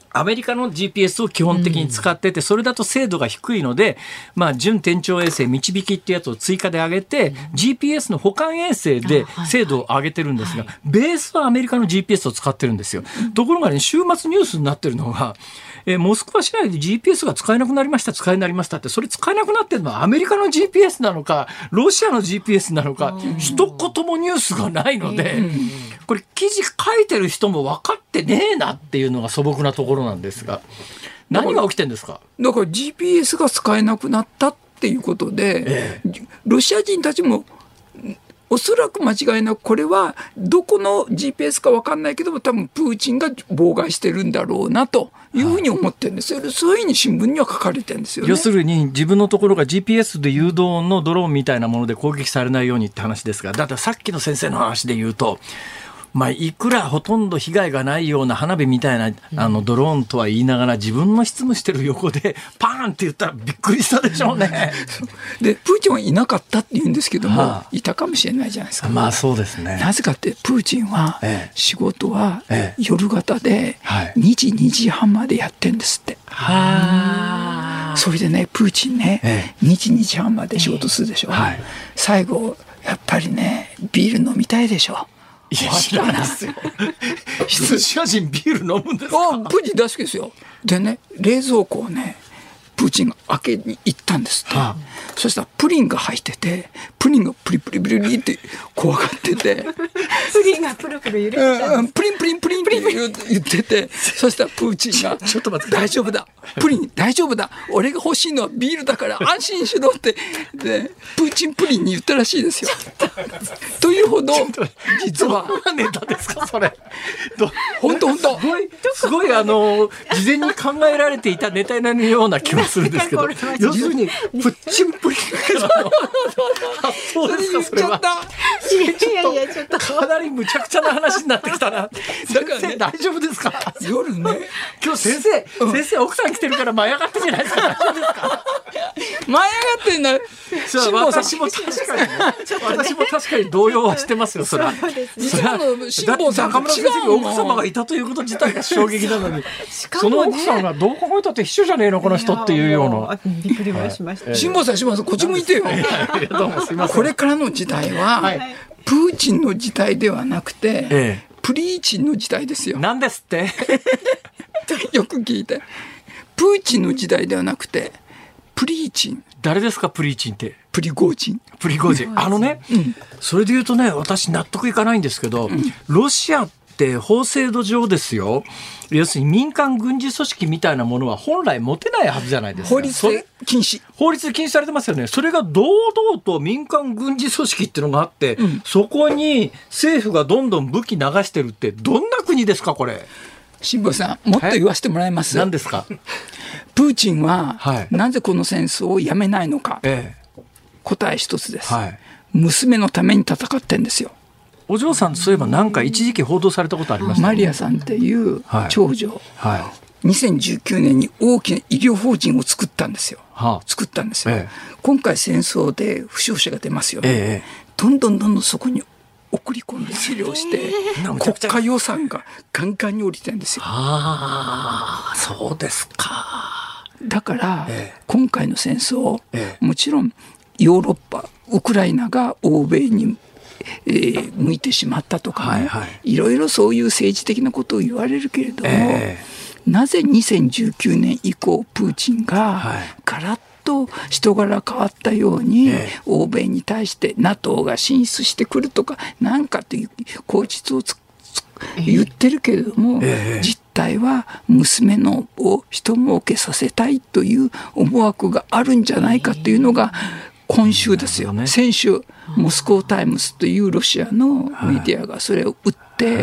アメリカの GPS を基本的に使ってて、それだと精度が低いので、準天頂衛星導きってやつを追加で上げて、GPS の補完衛星で精度を上げてるんですが、ベースはアメリカの GPS を使ってるんですよ。ところがね、週末ニュースになってるのが、モスクワ市内で GPS が使えなくなりました、使えなくなりましたって、それ使えなくなってるのはアメリカの GPS なのか、ロシアの GPS なのか、一言もニュースがないので、これ記事書いてる人も分かってねえなっていうのが素朴なところなんですが、何が起きてるんですか？ だから GPS が使えなくなったっていうことで、ロシア人たちもおそらく間違いなくこれはどこの GPS か分かんないけども、多分プーチンが妨害してるんだろうなというふうに思ってるんですよ。そういうふうに新聞には書かれてるんですよね。 要するに自分のところが GPS で誘導のドローンみたいなもので攻撃されないようにって話ですが、だってさっきの先生の話で言うと、いくらほとんど被害がないような花火みたいなドローンとは言いながら、自分の執務してる横でパーンって言ったらびっくりしたでしょうね。 でプーチンはいなかったって言うんですけども、いたかもしれないじゃないですか。 そうですね。 なぜかってプーチンは仕事は夜型で2時2時半までやってんですって。それでね、プーチンね、2時2時半まで仕事するでしょ。最後やっぱりね、ビール飲みたいでしょ。 いや、知らないですよ。ロシア人ビール飲むんですか？ プーチン大好きですよ。でね、冷蔵庫をね、プーチンが開けに行ったんですって。そしたらプリンが入ってて、プリンがプリプリプリプリって怖がってて、 プリンがプルプル揺れてたんです。 プリンプリンプリンって言ってて、そしたらプーチンがちょっと待って、大丈夫だ、プリン大丈夫だ、俺が欲しいのはビールだから安心しろってでプーチンプリンに言ったらしいですよ。というほど実はどんなネタですかそれ？ 本当すごい事前に考えられていたネタのような気もするんですけど、要するにプッチンプリンからの発想ですか？それはちょっとかなり無茶苦茶な話になってきたな。だからね、大丈夫ですか？ 夜ね、 今日先生奥さん来てるから舞い上がってじゃないですか？大丈夫ですか？ 舞い上がってんな。 私も確かに動揺はしてますよ。それは辛坊さん、 中村先生に奥様がいたということ自体が衝撃なのに、その奥さんがどう考えたって秘書じゃねえのこの人っていうような。 びっくりしました。 辛坊さんこっち向いてよ。これからの時代はプーチンの時代ではなくて、プリーチンの時代ですよ。 なんですってよく聞いて、プーチンの時代ではなくてプリーチン。 誰ですかプリーチンって？ プリゴージン。 それで言うとね、私納得いかないんですけど、ロシアって法制度上ですよ、要するに民間軍事組織みたいなものは本来持てないはずじゃないですか。 法律で禁止されてますよね。それが堂々と民間軍事組織っていうのがあって、そこに政府がどんどん武器流してるってどんな国ですかこれ？辛坊さん、もっと言わせてもらいます。 何ですか？ プーチンはなぜこの戦争をやめないのか、答え一つです、娘のために戦ってんですよ。 お嬢さん、そういえばなんか一時期報道されたことありましたね。 マリアさんっていう長女、2019年に大きな医療法人を作ったんですよ。今回戦争で負傷者が出ますよね、どんどんそこに送り込んで治療して、国家予算がガンガンに降りてるんですよ。 そうですか。 だから、今回の戦争、もちろんヨーロッパ、ウクライナが欧米に、向いてしまったとかね、いろいろそういう政治的なことを言われるけれども、なぜ2019年以降プーチンがガラッと人柄変わったように、欧米に対して NATO が進出してくるとかなんかという口実を言ってるけれども、実態は娘のを一儲けさせたいという思惑があるんじゃないかというのが今週ですよ。先週モスクワタイムズというロシアのメディアがそれを売って、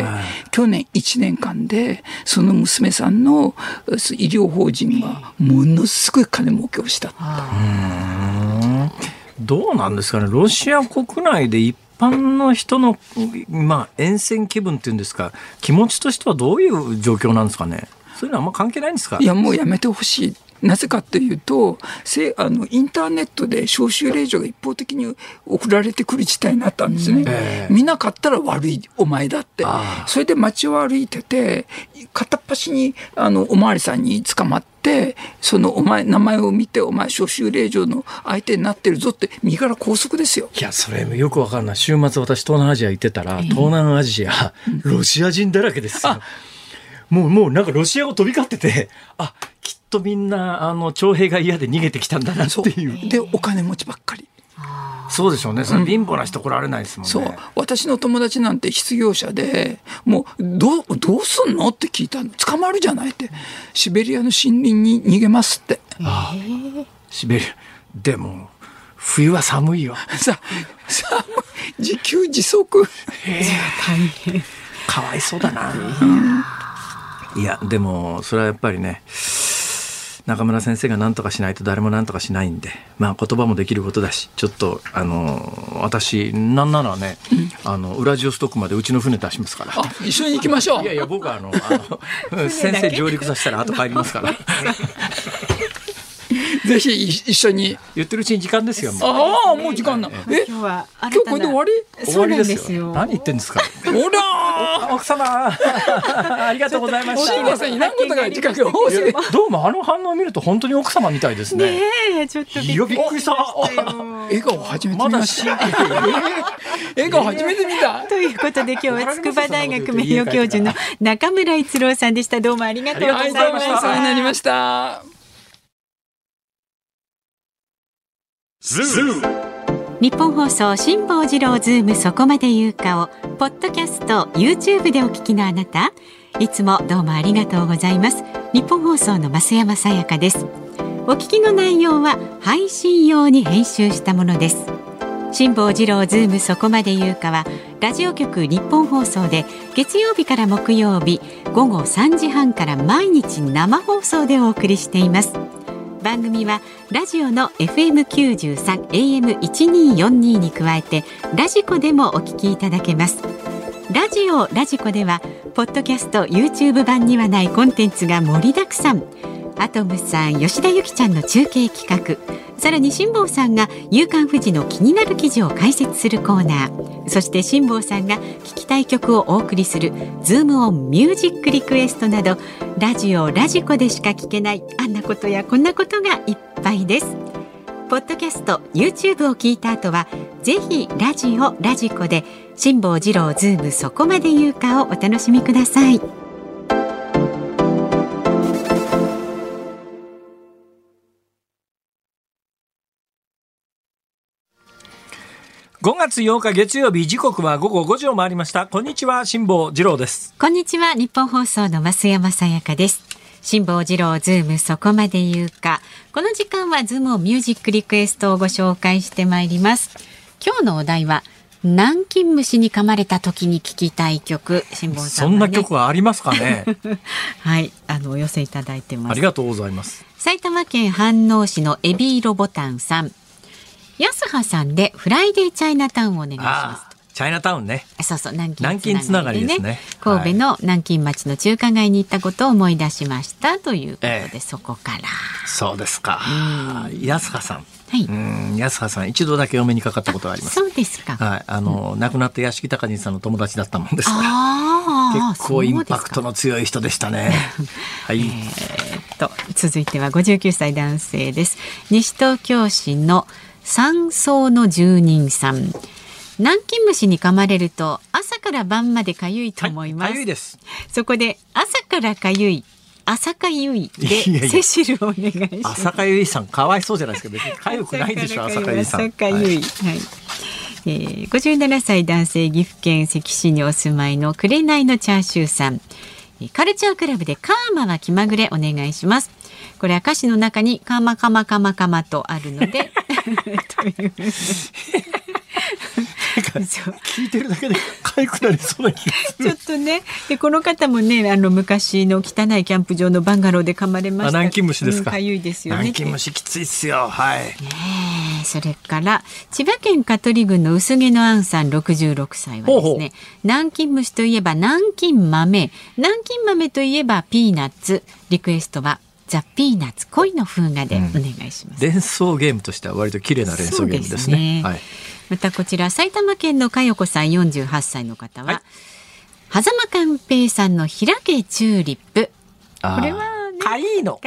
去年1年間でその娘さんの医療法人はものすごい金儲けをした。 どうなんですかね、ロシア国内で一般の人の、厭戦気分っていうんですか、気持ちとしてはどういう状況なんですかね。そういうのはあんま関係ないんですか。 いや、もうやめてほしい。 なぜかというとインターネットで招集令状が一方的に送られてくる事態になったんですね。見なかったら悪いお前だって。それで街を歩いてて片っ端におまわりさんに捕まって、そのお前名前を見て、お前招集令状の相手になってるぞって右から拘束ですよ。 いや、それよくわかんない。週末私東南アジア行ってたら、東南アジアロシア人だらけですよ。もうなんかロシア語飛び交ってて、きっとみんな徴兵が嫌で逃げてきたんだなっていう。 でお金持ちばっかり。 そうでしょうね。それ貧乏な人来られないですもんね。 そう、私の友達なんて失業者で、もうどうすんのって聞いたの。捕まるじゃないって。シベリアの森林に逃げますって。 シベリアでも冬は寒いよ。 寒い、自給自足。 大変。 かわいそうだな。いやでもそれはやっぱりね、中村先生が何とかしないと誰も何とかしないんで、言葉もできることだし、ちょっと私なんならね、ウラジオストクまでうちの船出しますから。 一緒に行きましょう。 いや僕は先生上陸させたら後帰りますからぜひ一緒に。 言ってるうちに時間ですよ。 もう時間な。 今日は今日これで終わり？ 終わりですよ。何言ってんですか。 ほら奥様ありがとうございました。 すいません、いらんことが時間が多すぎ。 どうも反応を見ると本当に奥様みたいですね。 ねえ、ちょっとびっくりした。笑顔初めて見ました。笑顔初めて見た。 ということで今日は筑波大学名誉教授の中村逸郎さんでした。どうもありがとうございました。 お世話になりました。 日本放送辛坊治郎ズームそこまで言うかをポッドキャスト YouTube でお聞きのあなた、いつもどうもありがとうございます。日本放送の増山さやかです。お聞きの内容は配信用に編集したものです。辛坊治郎ズームそこまで言うかはラジオ局日本放送で月曜日から木曜日午後3時半から毎日生放送でお送りしています。番組はラジオの FM93 AM1242 に加えてラジコでもお聞きいただけます。ラジコではポッドキャスト YouTube 版にはないコンテンツが盛りだくさん。アトムさん、吉田ゆきちゃんの中継企画、さらに辛坊さんが夕刊フジの気になる記事を解説するコーナー、そして辛坊さんが聞きたい曲をお送りするズームオンミュージックリクエストなど、ラジコでしか聞けないあんなことやこんなことがいっぱいです。ポッドキャスト YouTube を聞いた後はぜひラジコで辛坊治郎ズームそこまで言うかをお楽しみください。 5月8日月曜日、時刻は午後5時を回りました。こんにちは、辛坊治郎です。 こんにちは、日本放送の増山さやかです。辛坊治郎ズームそこまで言うか。この時間はズームをミュージックリクエストをご紹介してまいります。今日のお題は南京虫に噛まれた時に聴きたい曲。辛坊さんはね、 そんな曲はありますかね。 はい、お寄せいただいてます。 ありがとうございます。 埼玉県飯能市のエビーロボタンさん、安葉さんでフライデーチャイナタウンをお願いします。 チャイナタウンね。 そうそう、南京つながりですね。 神戸の南京町の中華街に行ったことを思い出しましたということで、そこから。 そうですか。安葉さん。 はい、 安葉さん一度だけお目にかかったことがあります。 そうですか。 はい、亡くなった屋敷隆人さんの友達だったもんですから、結構インパクトの強い人でしたね。はい。 続いては59歳男性です。西東京市の山荘の住人さん。南京虫に噛まれると朝から晩までかゆいと思います。 かゆいです。 そこで朝からかゆい、朝かゆいでセシルをお願いします。 朝かゆいさんかわいそうじゃないですか。別にかゆくないでしょ。朝かゆいさん。 朝かゆい。はい。57歳男性、岐阜県関市にお住まいの紅のチャーシューさん。カルチャークラブでカーマは気まぐれお願いします。これは歌詞の中にカマカマカマカマとあるのでという聞いてるだけで痒くなりそうな気がする。 ちょっとね。でこの方もね、昔の汚いキャンプ場のバンガローで噛まれました。 南京虫ですか。 かゆいですよね。 南京虫きついっすよ。はい。 それから千葉県香取郡の薄毛のあんさん66歳はですね、南京虫といえば南京豆といえばピーナッツ。リクエストはザ・ピーナッツ恋の風雅でお願いします。 連想ゲームとしては割と綺麗な連想ゲームですね。はい、 またこちら埼玉県のかよこさん48歳の方は、狭間寛平さんの開けチューリップ。これはね、 かいいの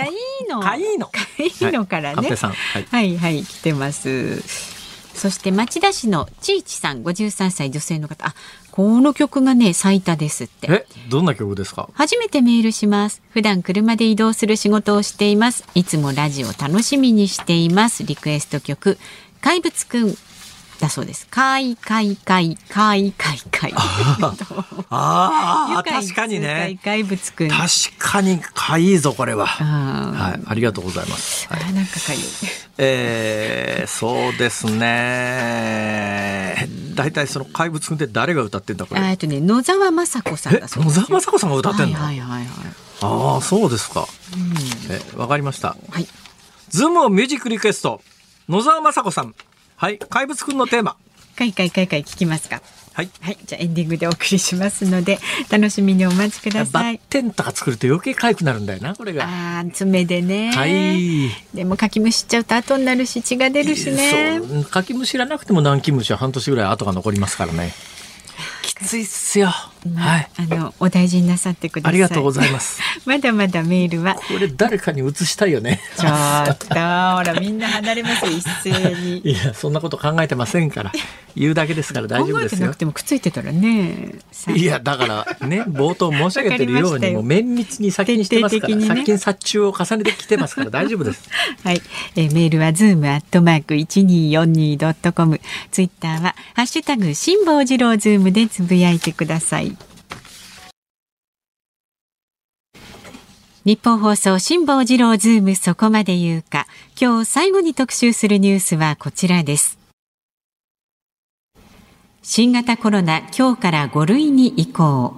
からね。 寛平さん、 はいはい来てます。そして町田市のちいちさん53歳女性の方、この曲がね最多ですって。 どんな曲ですか？ 初めてメールします。普段車で移動する仕事をしています。いつもラジオ楽しみにしています。リクエスト曲怪物くんだそうです。かいかいかいかいかいかい。 確かにね。 怪物くん。 確かにかいいぞこれは。はい、ありがとうございます。 なんかかいい。 そうですね。だいたいその怪物くんって誰が歌ってんだこれ？ 野沢雅子さんだそうです。 野沢雅子さんが歌ってんの？そうですか。わかりました。 はい。 ズームをミュージックリクエスト野沢雅子さん。はい、怪物くんのテーマ。 かい聞きますか？ はい。 じゃあエンディングでお送りしますので楽しみにお待ちください。 バッテンとか作ると余計かゆくなるんだよなこれが。 爪でね。はい。でもかきむしっちゃうと後になるし血が出るしね。 そう、かきむしらなくても南京虫は半年ぐらい後が残りますからね。きついっすよ。はい。 お大事になさってください。 ありがとうございます。 まだまだメールは。 これ誰かに移したいよね。 ちょっとほらみんな離れますよ一斉に。 いやそんなこと考えてませんから。言うだけですから大丈夫ですよ。 考えてなくてもくっついてたらね。 いやだからね冒頭申し上げてるようにもう綿密に先にしてますから、先に殺虫を重ねてきてますから大丈夫です。 はい。メールはzoom@1242.com。ツイッターはハッシュタグ辛坊治郎ズームでつぶやいてください。日本放送辛坊治郎ズームそこまで言うか。今日最後に特集するニュースはこちらです。新型コロナ今日から5類に移行。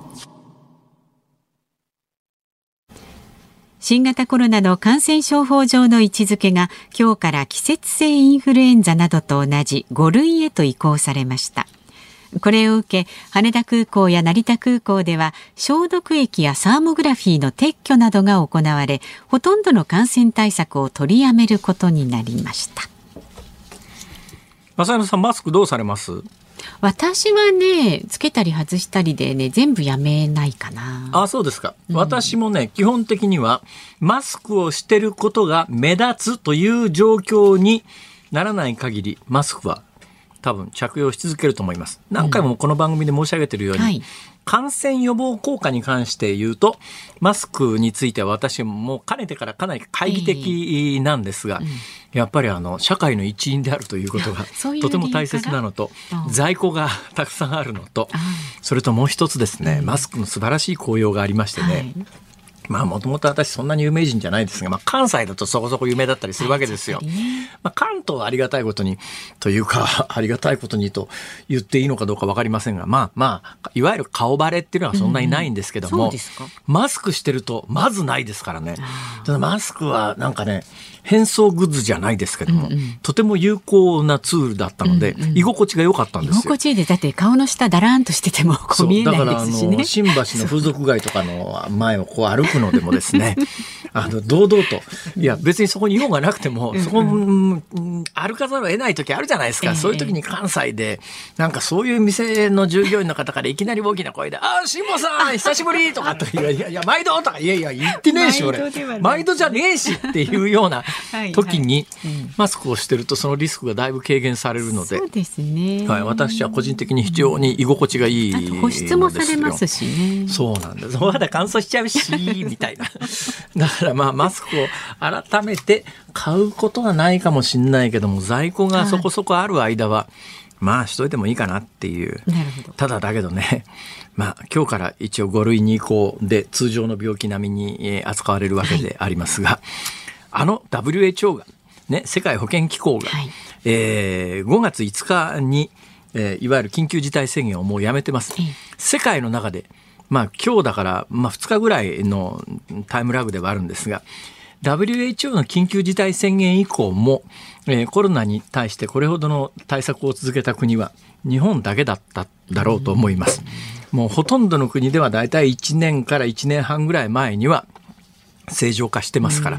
新型コロナの感染症法上の位置づけが今日から季節性インフルエンザなどと同じ5類へと移行されました。これを受け羽田空港や成田空港では消毒液やサーモグラフィーの撤去などが行われ、ほとんどの感染対策を取りやめることになりました。 正山さんマスクどうされます？ 私はねつけたり外したりでね全部やめないかな。 そうですか。私もね基本的にはマスクをしてることが目立つという状況にならない限りマスクは多分着用し続けると思います。何回もこの番組で申し上げているように、感染予防効果に関して言うとマスクについては私もかねてからかなり懐疑的なんですが、やっぱり社会の一員であるということがとても大切なのと、在庫がたくさんあるのと、それともう一つですね、マスクの素晴らしい効用がありましてね、もともと私そんなに有名人じゃないですが、関西だとそこそこ有名だったりするわけですよ。関東はありがたいことにというかありがたいことにと言っていいのかどうか分かりませんが、いわゆる顔バレっていうのはそんなにないんですけども、マスクしてるとまずないですからね。ただマスクはなんかね変装グッズじゃないですけども、とても有効なツールだったので、居心地が良かったんですよ。 居心地いいで、だって顔の下だらーんとしててもこう見えないですしね。 だから新橋の風俗街とかの前をこう歩くのでもですね堂々と、いや別にそこに用がなくてもそこ歩かざるを得ない時あるじゃないですか。そういう時に関西でなんかそういう店の従業員の方からいきなり大きな声で辛坊さん久しぶりとかといや毎度とか言ってねえし俺毎度じゃねえしっていうような時にマスクをしてるとそのリスクがだいぶ軽減されるので、 そうですね。 私は個人的に非常に居心地がいいのですよ。 保湿もされますしね。 そうなんです。まだ乾燥しちゃうしみたいな。だからマスクを改めて買うことはないかもしれないけども、在庫がそこそこある間はしといてもいいかなっていう。 なるほど。 ただだけどね、今日から一応5類に移行で通常の病気並みに扱われるわけでありますが、WHO がね、世界保健機構が、5月5日に、いわゆる緊急事態宣言をもうやめてます。世界の中で今日だから2日ぐらいのタイムラグではあるんですが、WHO の緊急事態宣言以降も、コロナに対してこれほどの対策を続けた国は日本だけだっただろうと思います。もうほとんどの国ではだいたい1年から1年半ぐらい前には正常化してますから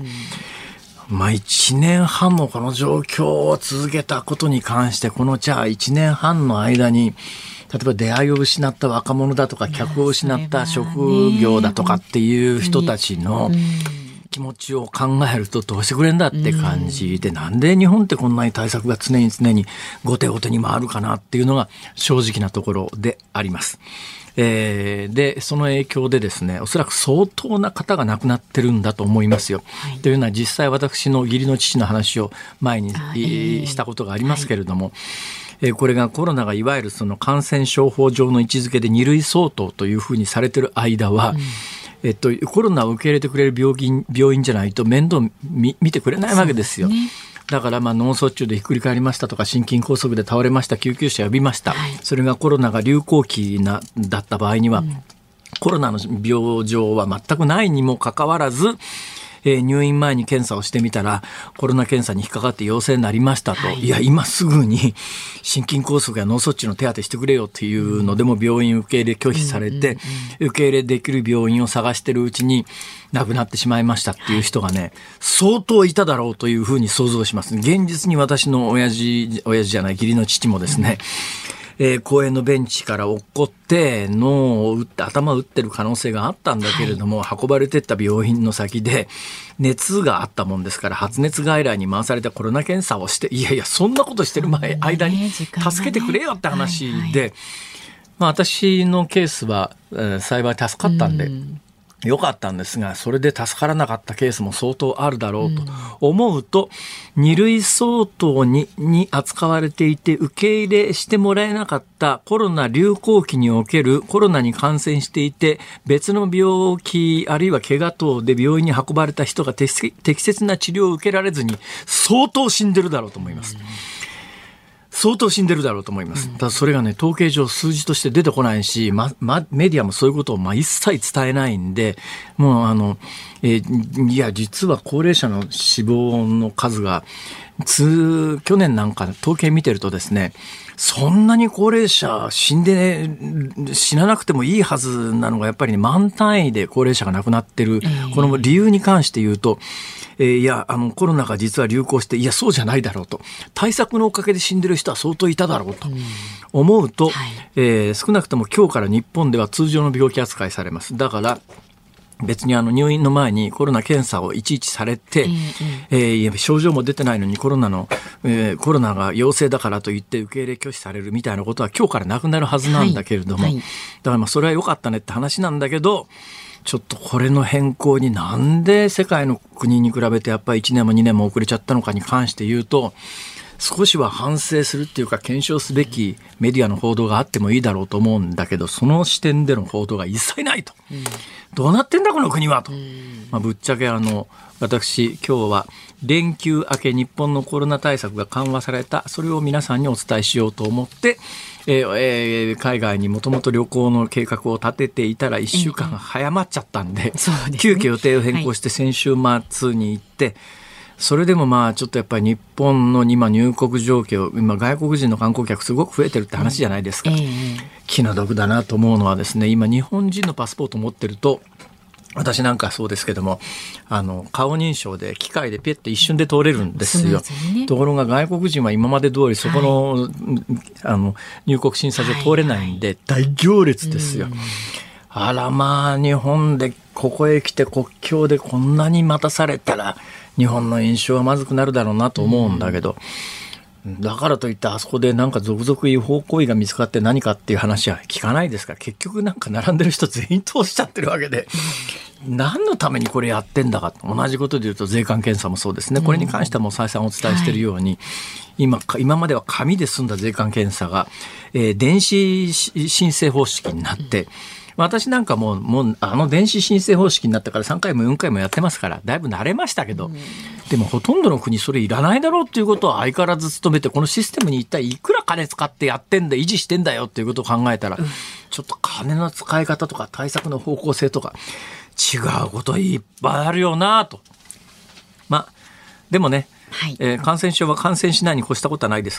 。1年半もこの状況を続けたことに関して、このじゃあ1年半の間に、例えば出会いを失った若者だとか、客を失った職業だとかっていう人たちの気持ちを考えるとどうしてくれんだって感じで、なんで日本ってこんなに対策が常に後手後手に回るかなっていうのが正直なところであります。でその影響でですね、おそらく相当な方が亡くなってるんだと思いますよ。というのは実際私の義理の父の話を前にしたことがありますけれども、これがコロナがいわゆるその感染症法上の位置づけで2類相当というふうにされている間は、コロナを受け入れてくれる病院じゃないと面倒見てくれないわけですよ。だから脳卒中でひっくり返りましたとか、心筋梗塞で倒れました、救急車呼びました、それがコロナが流行期だった場合には、コロナの病状は全くないにもかかわらず、入院前に検査をしてみたらコロナ検査に引っかかって陽性になりましたと、いや今すぐに心筋梗塞や脳卒中の手当てしてくれよっていうのでも病院受け入れ拒否されて、受け入れできる病院を探してるうちに亡くなってしまいましたっていう人がね、相当いただろうというふうに想像します。現実に私の親父じゃない義理の父もですね、公園のベンチから落っこって脳を打って頭を打ってる可能性があったんだけれども、運ばれてった病院の先で熱があったもんですから、発熱外来に回されてコロナ検査をして、いやそんなことしてる間に助けてくれよって話で、私のケースは、幸い助かったんでよかったんですが、それで助からなかったケースも相当あるだろうと思うと、2類相当に扱われていて受け入れしてもらえなかったコロナ流行期におけるコロナに感染していて別の病気あるいは怪我等で病院に運ばれた人が適切な治療を受けられずに相当死んでるだろうと思います。相当死んでるだろうと思います。ただそれがね、統計上数字として出てこないし、メディアもそういうことを一切伝えないんで、もういや実は高齢者の死亡の数が去年なんか統計見てるとですね、そんなに高齢者死ななくてもいいはずなのがやっぱり、万単位で高齢者が亡くなってる、この理由に関して言うと、いやコロナが実は流行して、いやそうじゃないだろうと、対策のおかげで死んでる人は相当いただろうと思うと、少なくとも今日から日本では通常の病気扱いされます。だから別に入院の前にコロナ検査をいちいちされて、症状も出てないのにコロナが陽性だからといって受け入れ拒否されるみたいなことは今日からなくなるはずなんだけれども、だからそれは良かったねって話なんだけど、ちょっとこれの変更になんで世界の国に比べてやっぱり1年も2年も遅れちゃったのかに関して言うと、少しは反省するっていうか検証すべきメディアの報道があってもいいだろうと思うんだけど、その視点での報道が一切ないと、どうなってんだこの国はと、ぶっちゃけ私今日は連休明け日本のコロナ対策が緩和された、それを皆さんにお伝えしようと思って、海外にもともと旅行の計画を立てていたら1週間早まっちゃったんで、急遽予定を変更して先週末に行って、それでもちょっとやっぱり日本の今入国状況、今外国人の観光客すごく増えてるって話じゃないですか。気の毒だなと思うのはですね、今日本人のパスポート持ってると、私なんかそうですけども、顔認証で機械でピッと一瞬で通れるんですよ。ところが外国人は今まで通りそこの、入国審査所通れないんで、大行列ですよ。あら日本でここへ来て国境でこんなに待たされたら日本の印象はまずくなるだろうなと思うんだけど、だからといってあそこでなんか続々違法行為が見つかって何かっていう話は聞かないですから、結局なんか並んでる人全員通しちゃってるわけで、何のためにこれやってんだか。同じことで言うと税関検査もそうですね。これに関してはもう再三お伝えしているように、今までは紙で済んだ税関検査が、電子申請方式になって、私なんかもう電子申請方式になったから3回も4回もやってますから、だいぶ慣れましたけど、でもほとんどの国それいらないだろうっていうことを相変わらず努めて、このシステムに一体いくら金使ってやってんだ、維持してんだよっていうことを考えたら、ちょっと金の使い方とか対策の方向性とか違うこといっぱいあるよなと。でもね、感染症は感染しないに越したことはないですから、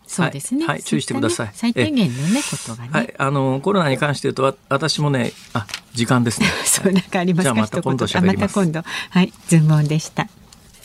そうですね。 はい、注意してください。 最低限のね、ことがね。 はい、コロナに関して言うと、私もね、時間ですね。 そう、なんかありますか？ じゃあまた今度喋ります。 また今度。はい、ズームオンでした。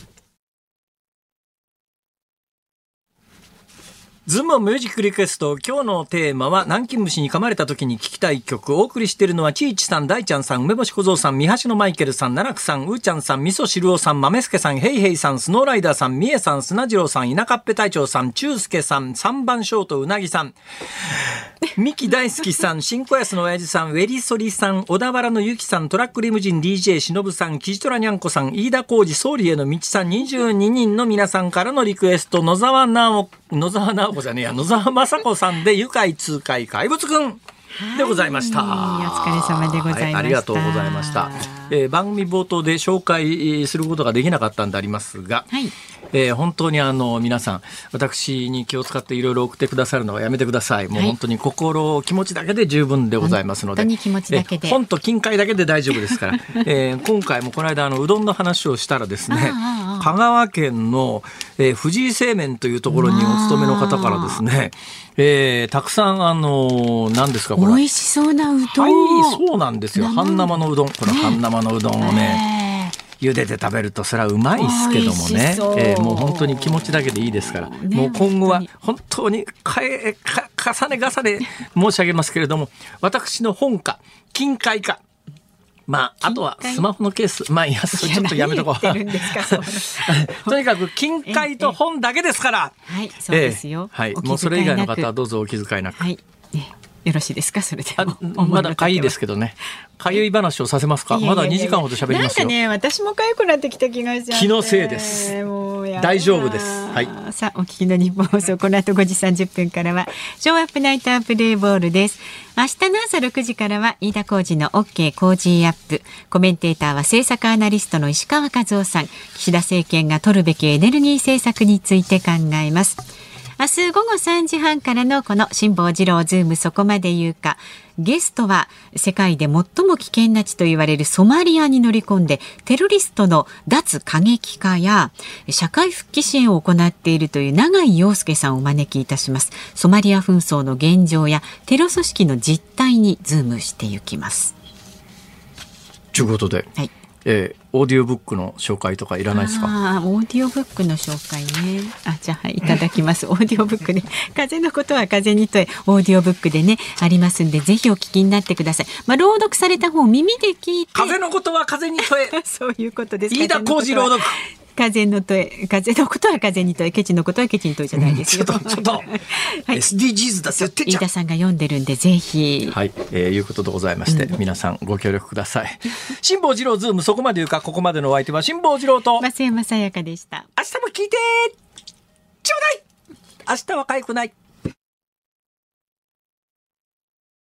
ズームオンミュージックリクエスト。今日のテーマは南京虫に噛まれた時に聴きたい曲。お送りしているのはちいちさん、大ちゃんさん、梅干し小僧さん、三橋のマイケルさん、奈落さん、うーちゃんさん、みそしるおさん、豆助さん、ヘイヘイさん、スノーライダーさん、みえさん、砂次郎さん、稲かっぺ隊長さん、ちゅうすけさん、三番ショートうなぎさん、ミキ大好きさん、新小安の親父さん、ウェリソリさん、小田原のゆきさん、トラックリムジン DJ しのぶさん、キジトラにゃんこさん、飯田浩二、総理への道さん、22人の皆さんからのリクエスト。野沢直子じゃねえや、野沢雅子さんで愉快痛快怪物くんでございました。 お疲れ様でございました。 ありがとうございました。番組冒頭で紹介することができなかったんでありますが、本当に皆さん私に気を使っていろいろ送ってくださるのはやめてください。もう本当に気持ちだけで十分でございますので、 本当に気持ちだけで、 本と近海だけで大丈夫ですから、今回もこの間うどんの話をしたらですね、香川県の、藤井製麺というところにお勤めの方からですね、たくさん何ですかこれ、 美味しそうなうどん。 はい、そうなんですよ。半生のうどん、この半生のうどんをね、茹でて食べるとそれはうまいですけどもね、もう本当に気持ちだけでいいですから、もう今後は本当に重ね重ね申し上げますけれども、私の本か近海か、あとはスマホのケース、ちょっとやめとこう。とにかく近海と本だけですから。 はい、そうですよ。 はい、もうそれ以外の方はどうぞお気遣いなく。 はい、よろしいですか？それでまだかゆいですけどね。かゆい話をさせますか？まだ2時間ほど喋りますよ。 なんかね、私もかゆくなってきた気がしちゃって。 気のせいです。大丈夫です。はい。 さあ、お聞きの日本放送、この後5時30分からはショーアップナイタープレイボールです。明日の朝6時からは飯田浩司の OK 工事アップ。コメンテーターは政策アナリストの石川和夫さん。岸田政権が取るべきエネルギー政策について考えます。明日午後3時半からのこの辛坊治郎ズームそこまで言うか。ゲストは世界で最も危険な地と言われるソマリアに乗り込んでテロリストの脱過激化や社会復帰支援を行っているという永井陽介さんをお招きいたします。ソマリア紛争の現状やテロ組織の実態にズームしていきます。 ということで、はい、オーディオブックの紹介とかいらないですか？ オーディオブックの紹介ね。じゃあ、いただきます。オーディオブックね。風のことは風に問え、オーディオブックでね、ありますんで、ぜひお聞きになってください。朗読された本を耳で聞いて。 風のことは風に問え。 そういうことです。 飯田浩司朗読。 風のことは風に問え、ケチのことはケチに問えじゃないですよ。 ちょっと、はい、SDGs だって言ってんじゃん。 飯田さんが読んでるんで、ぜひ。 はい、いうことでございまして、皆さんご協力ください。辛坊治郎ズームそこまで言うか、ここまでのお相手は辛坊治郎と増山さやかでした。 明日も聞いてちょうだい。明日はかゆくない。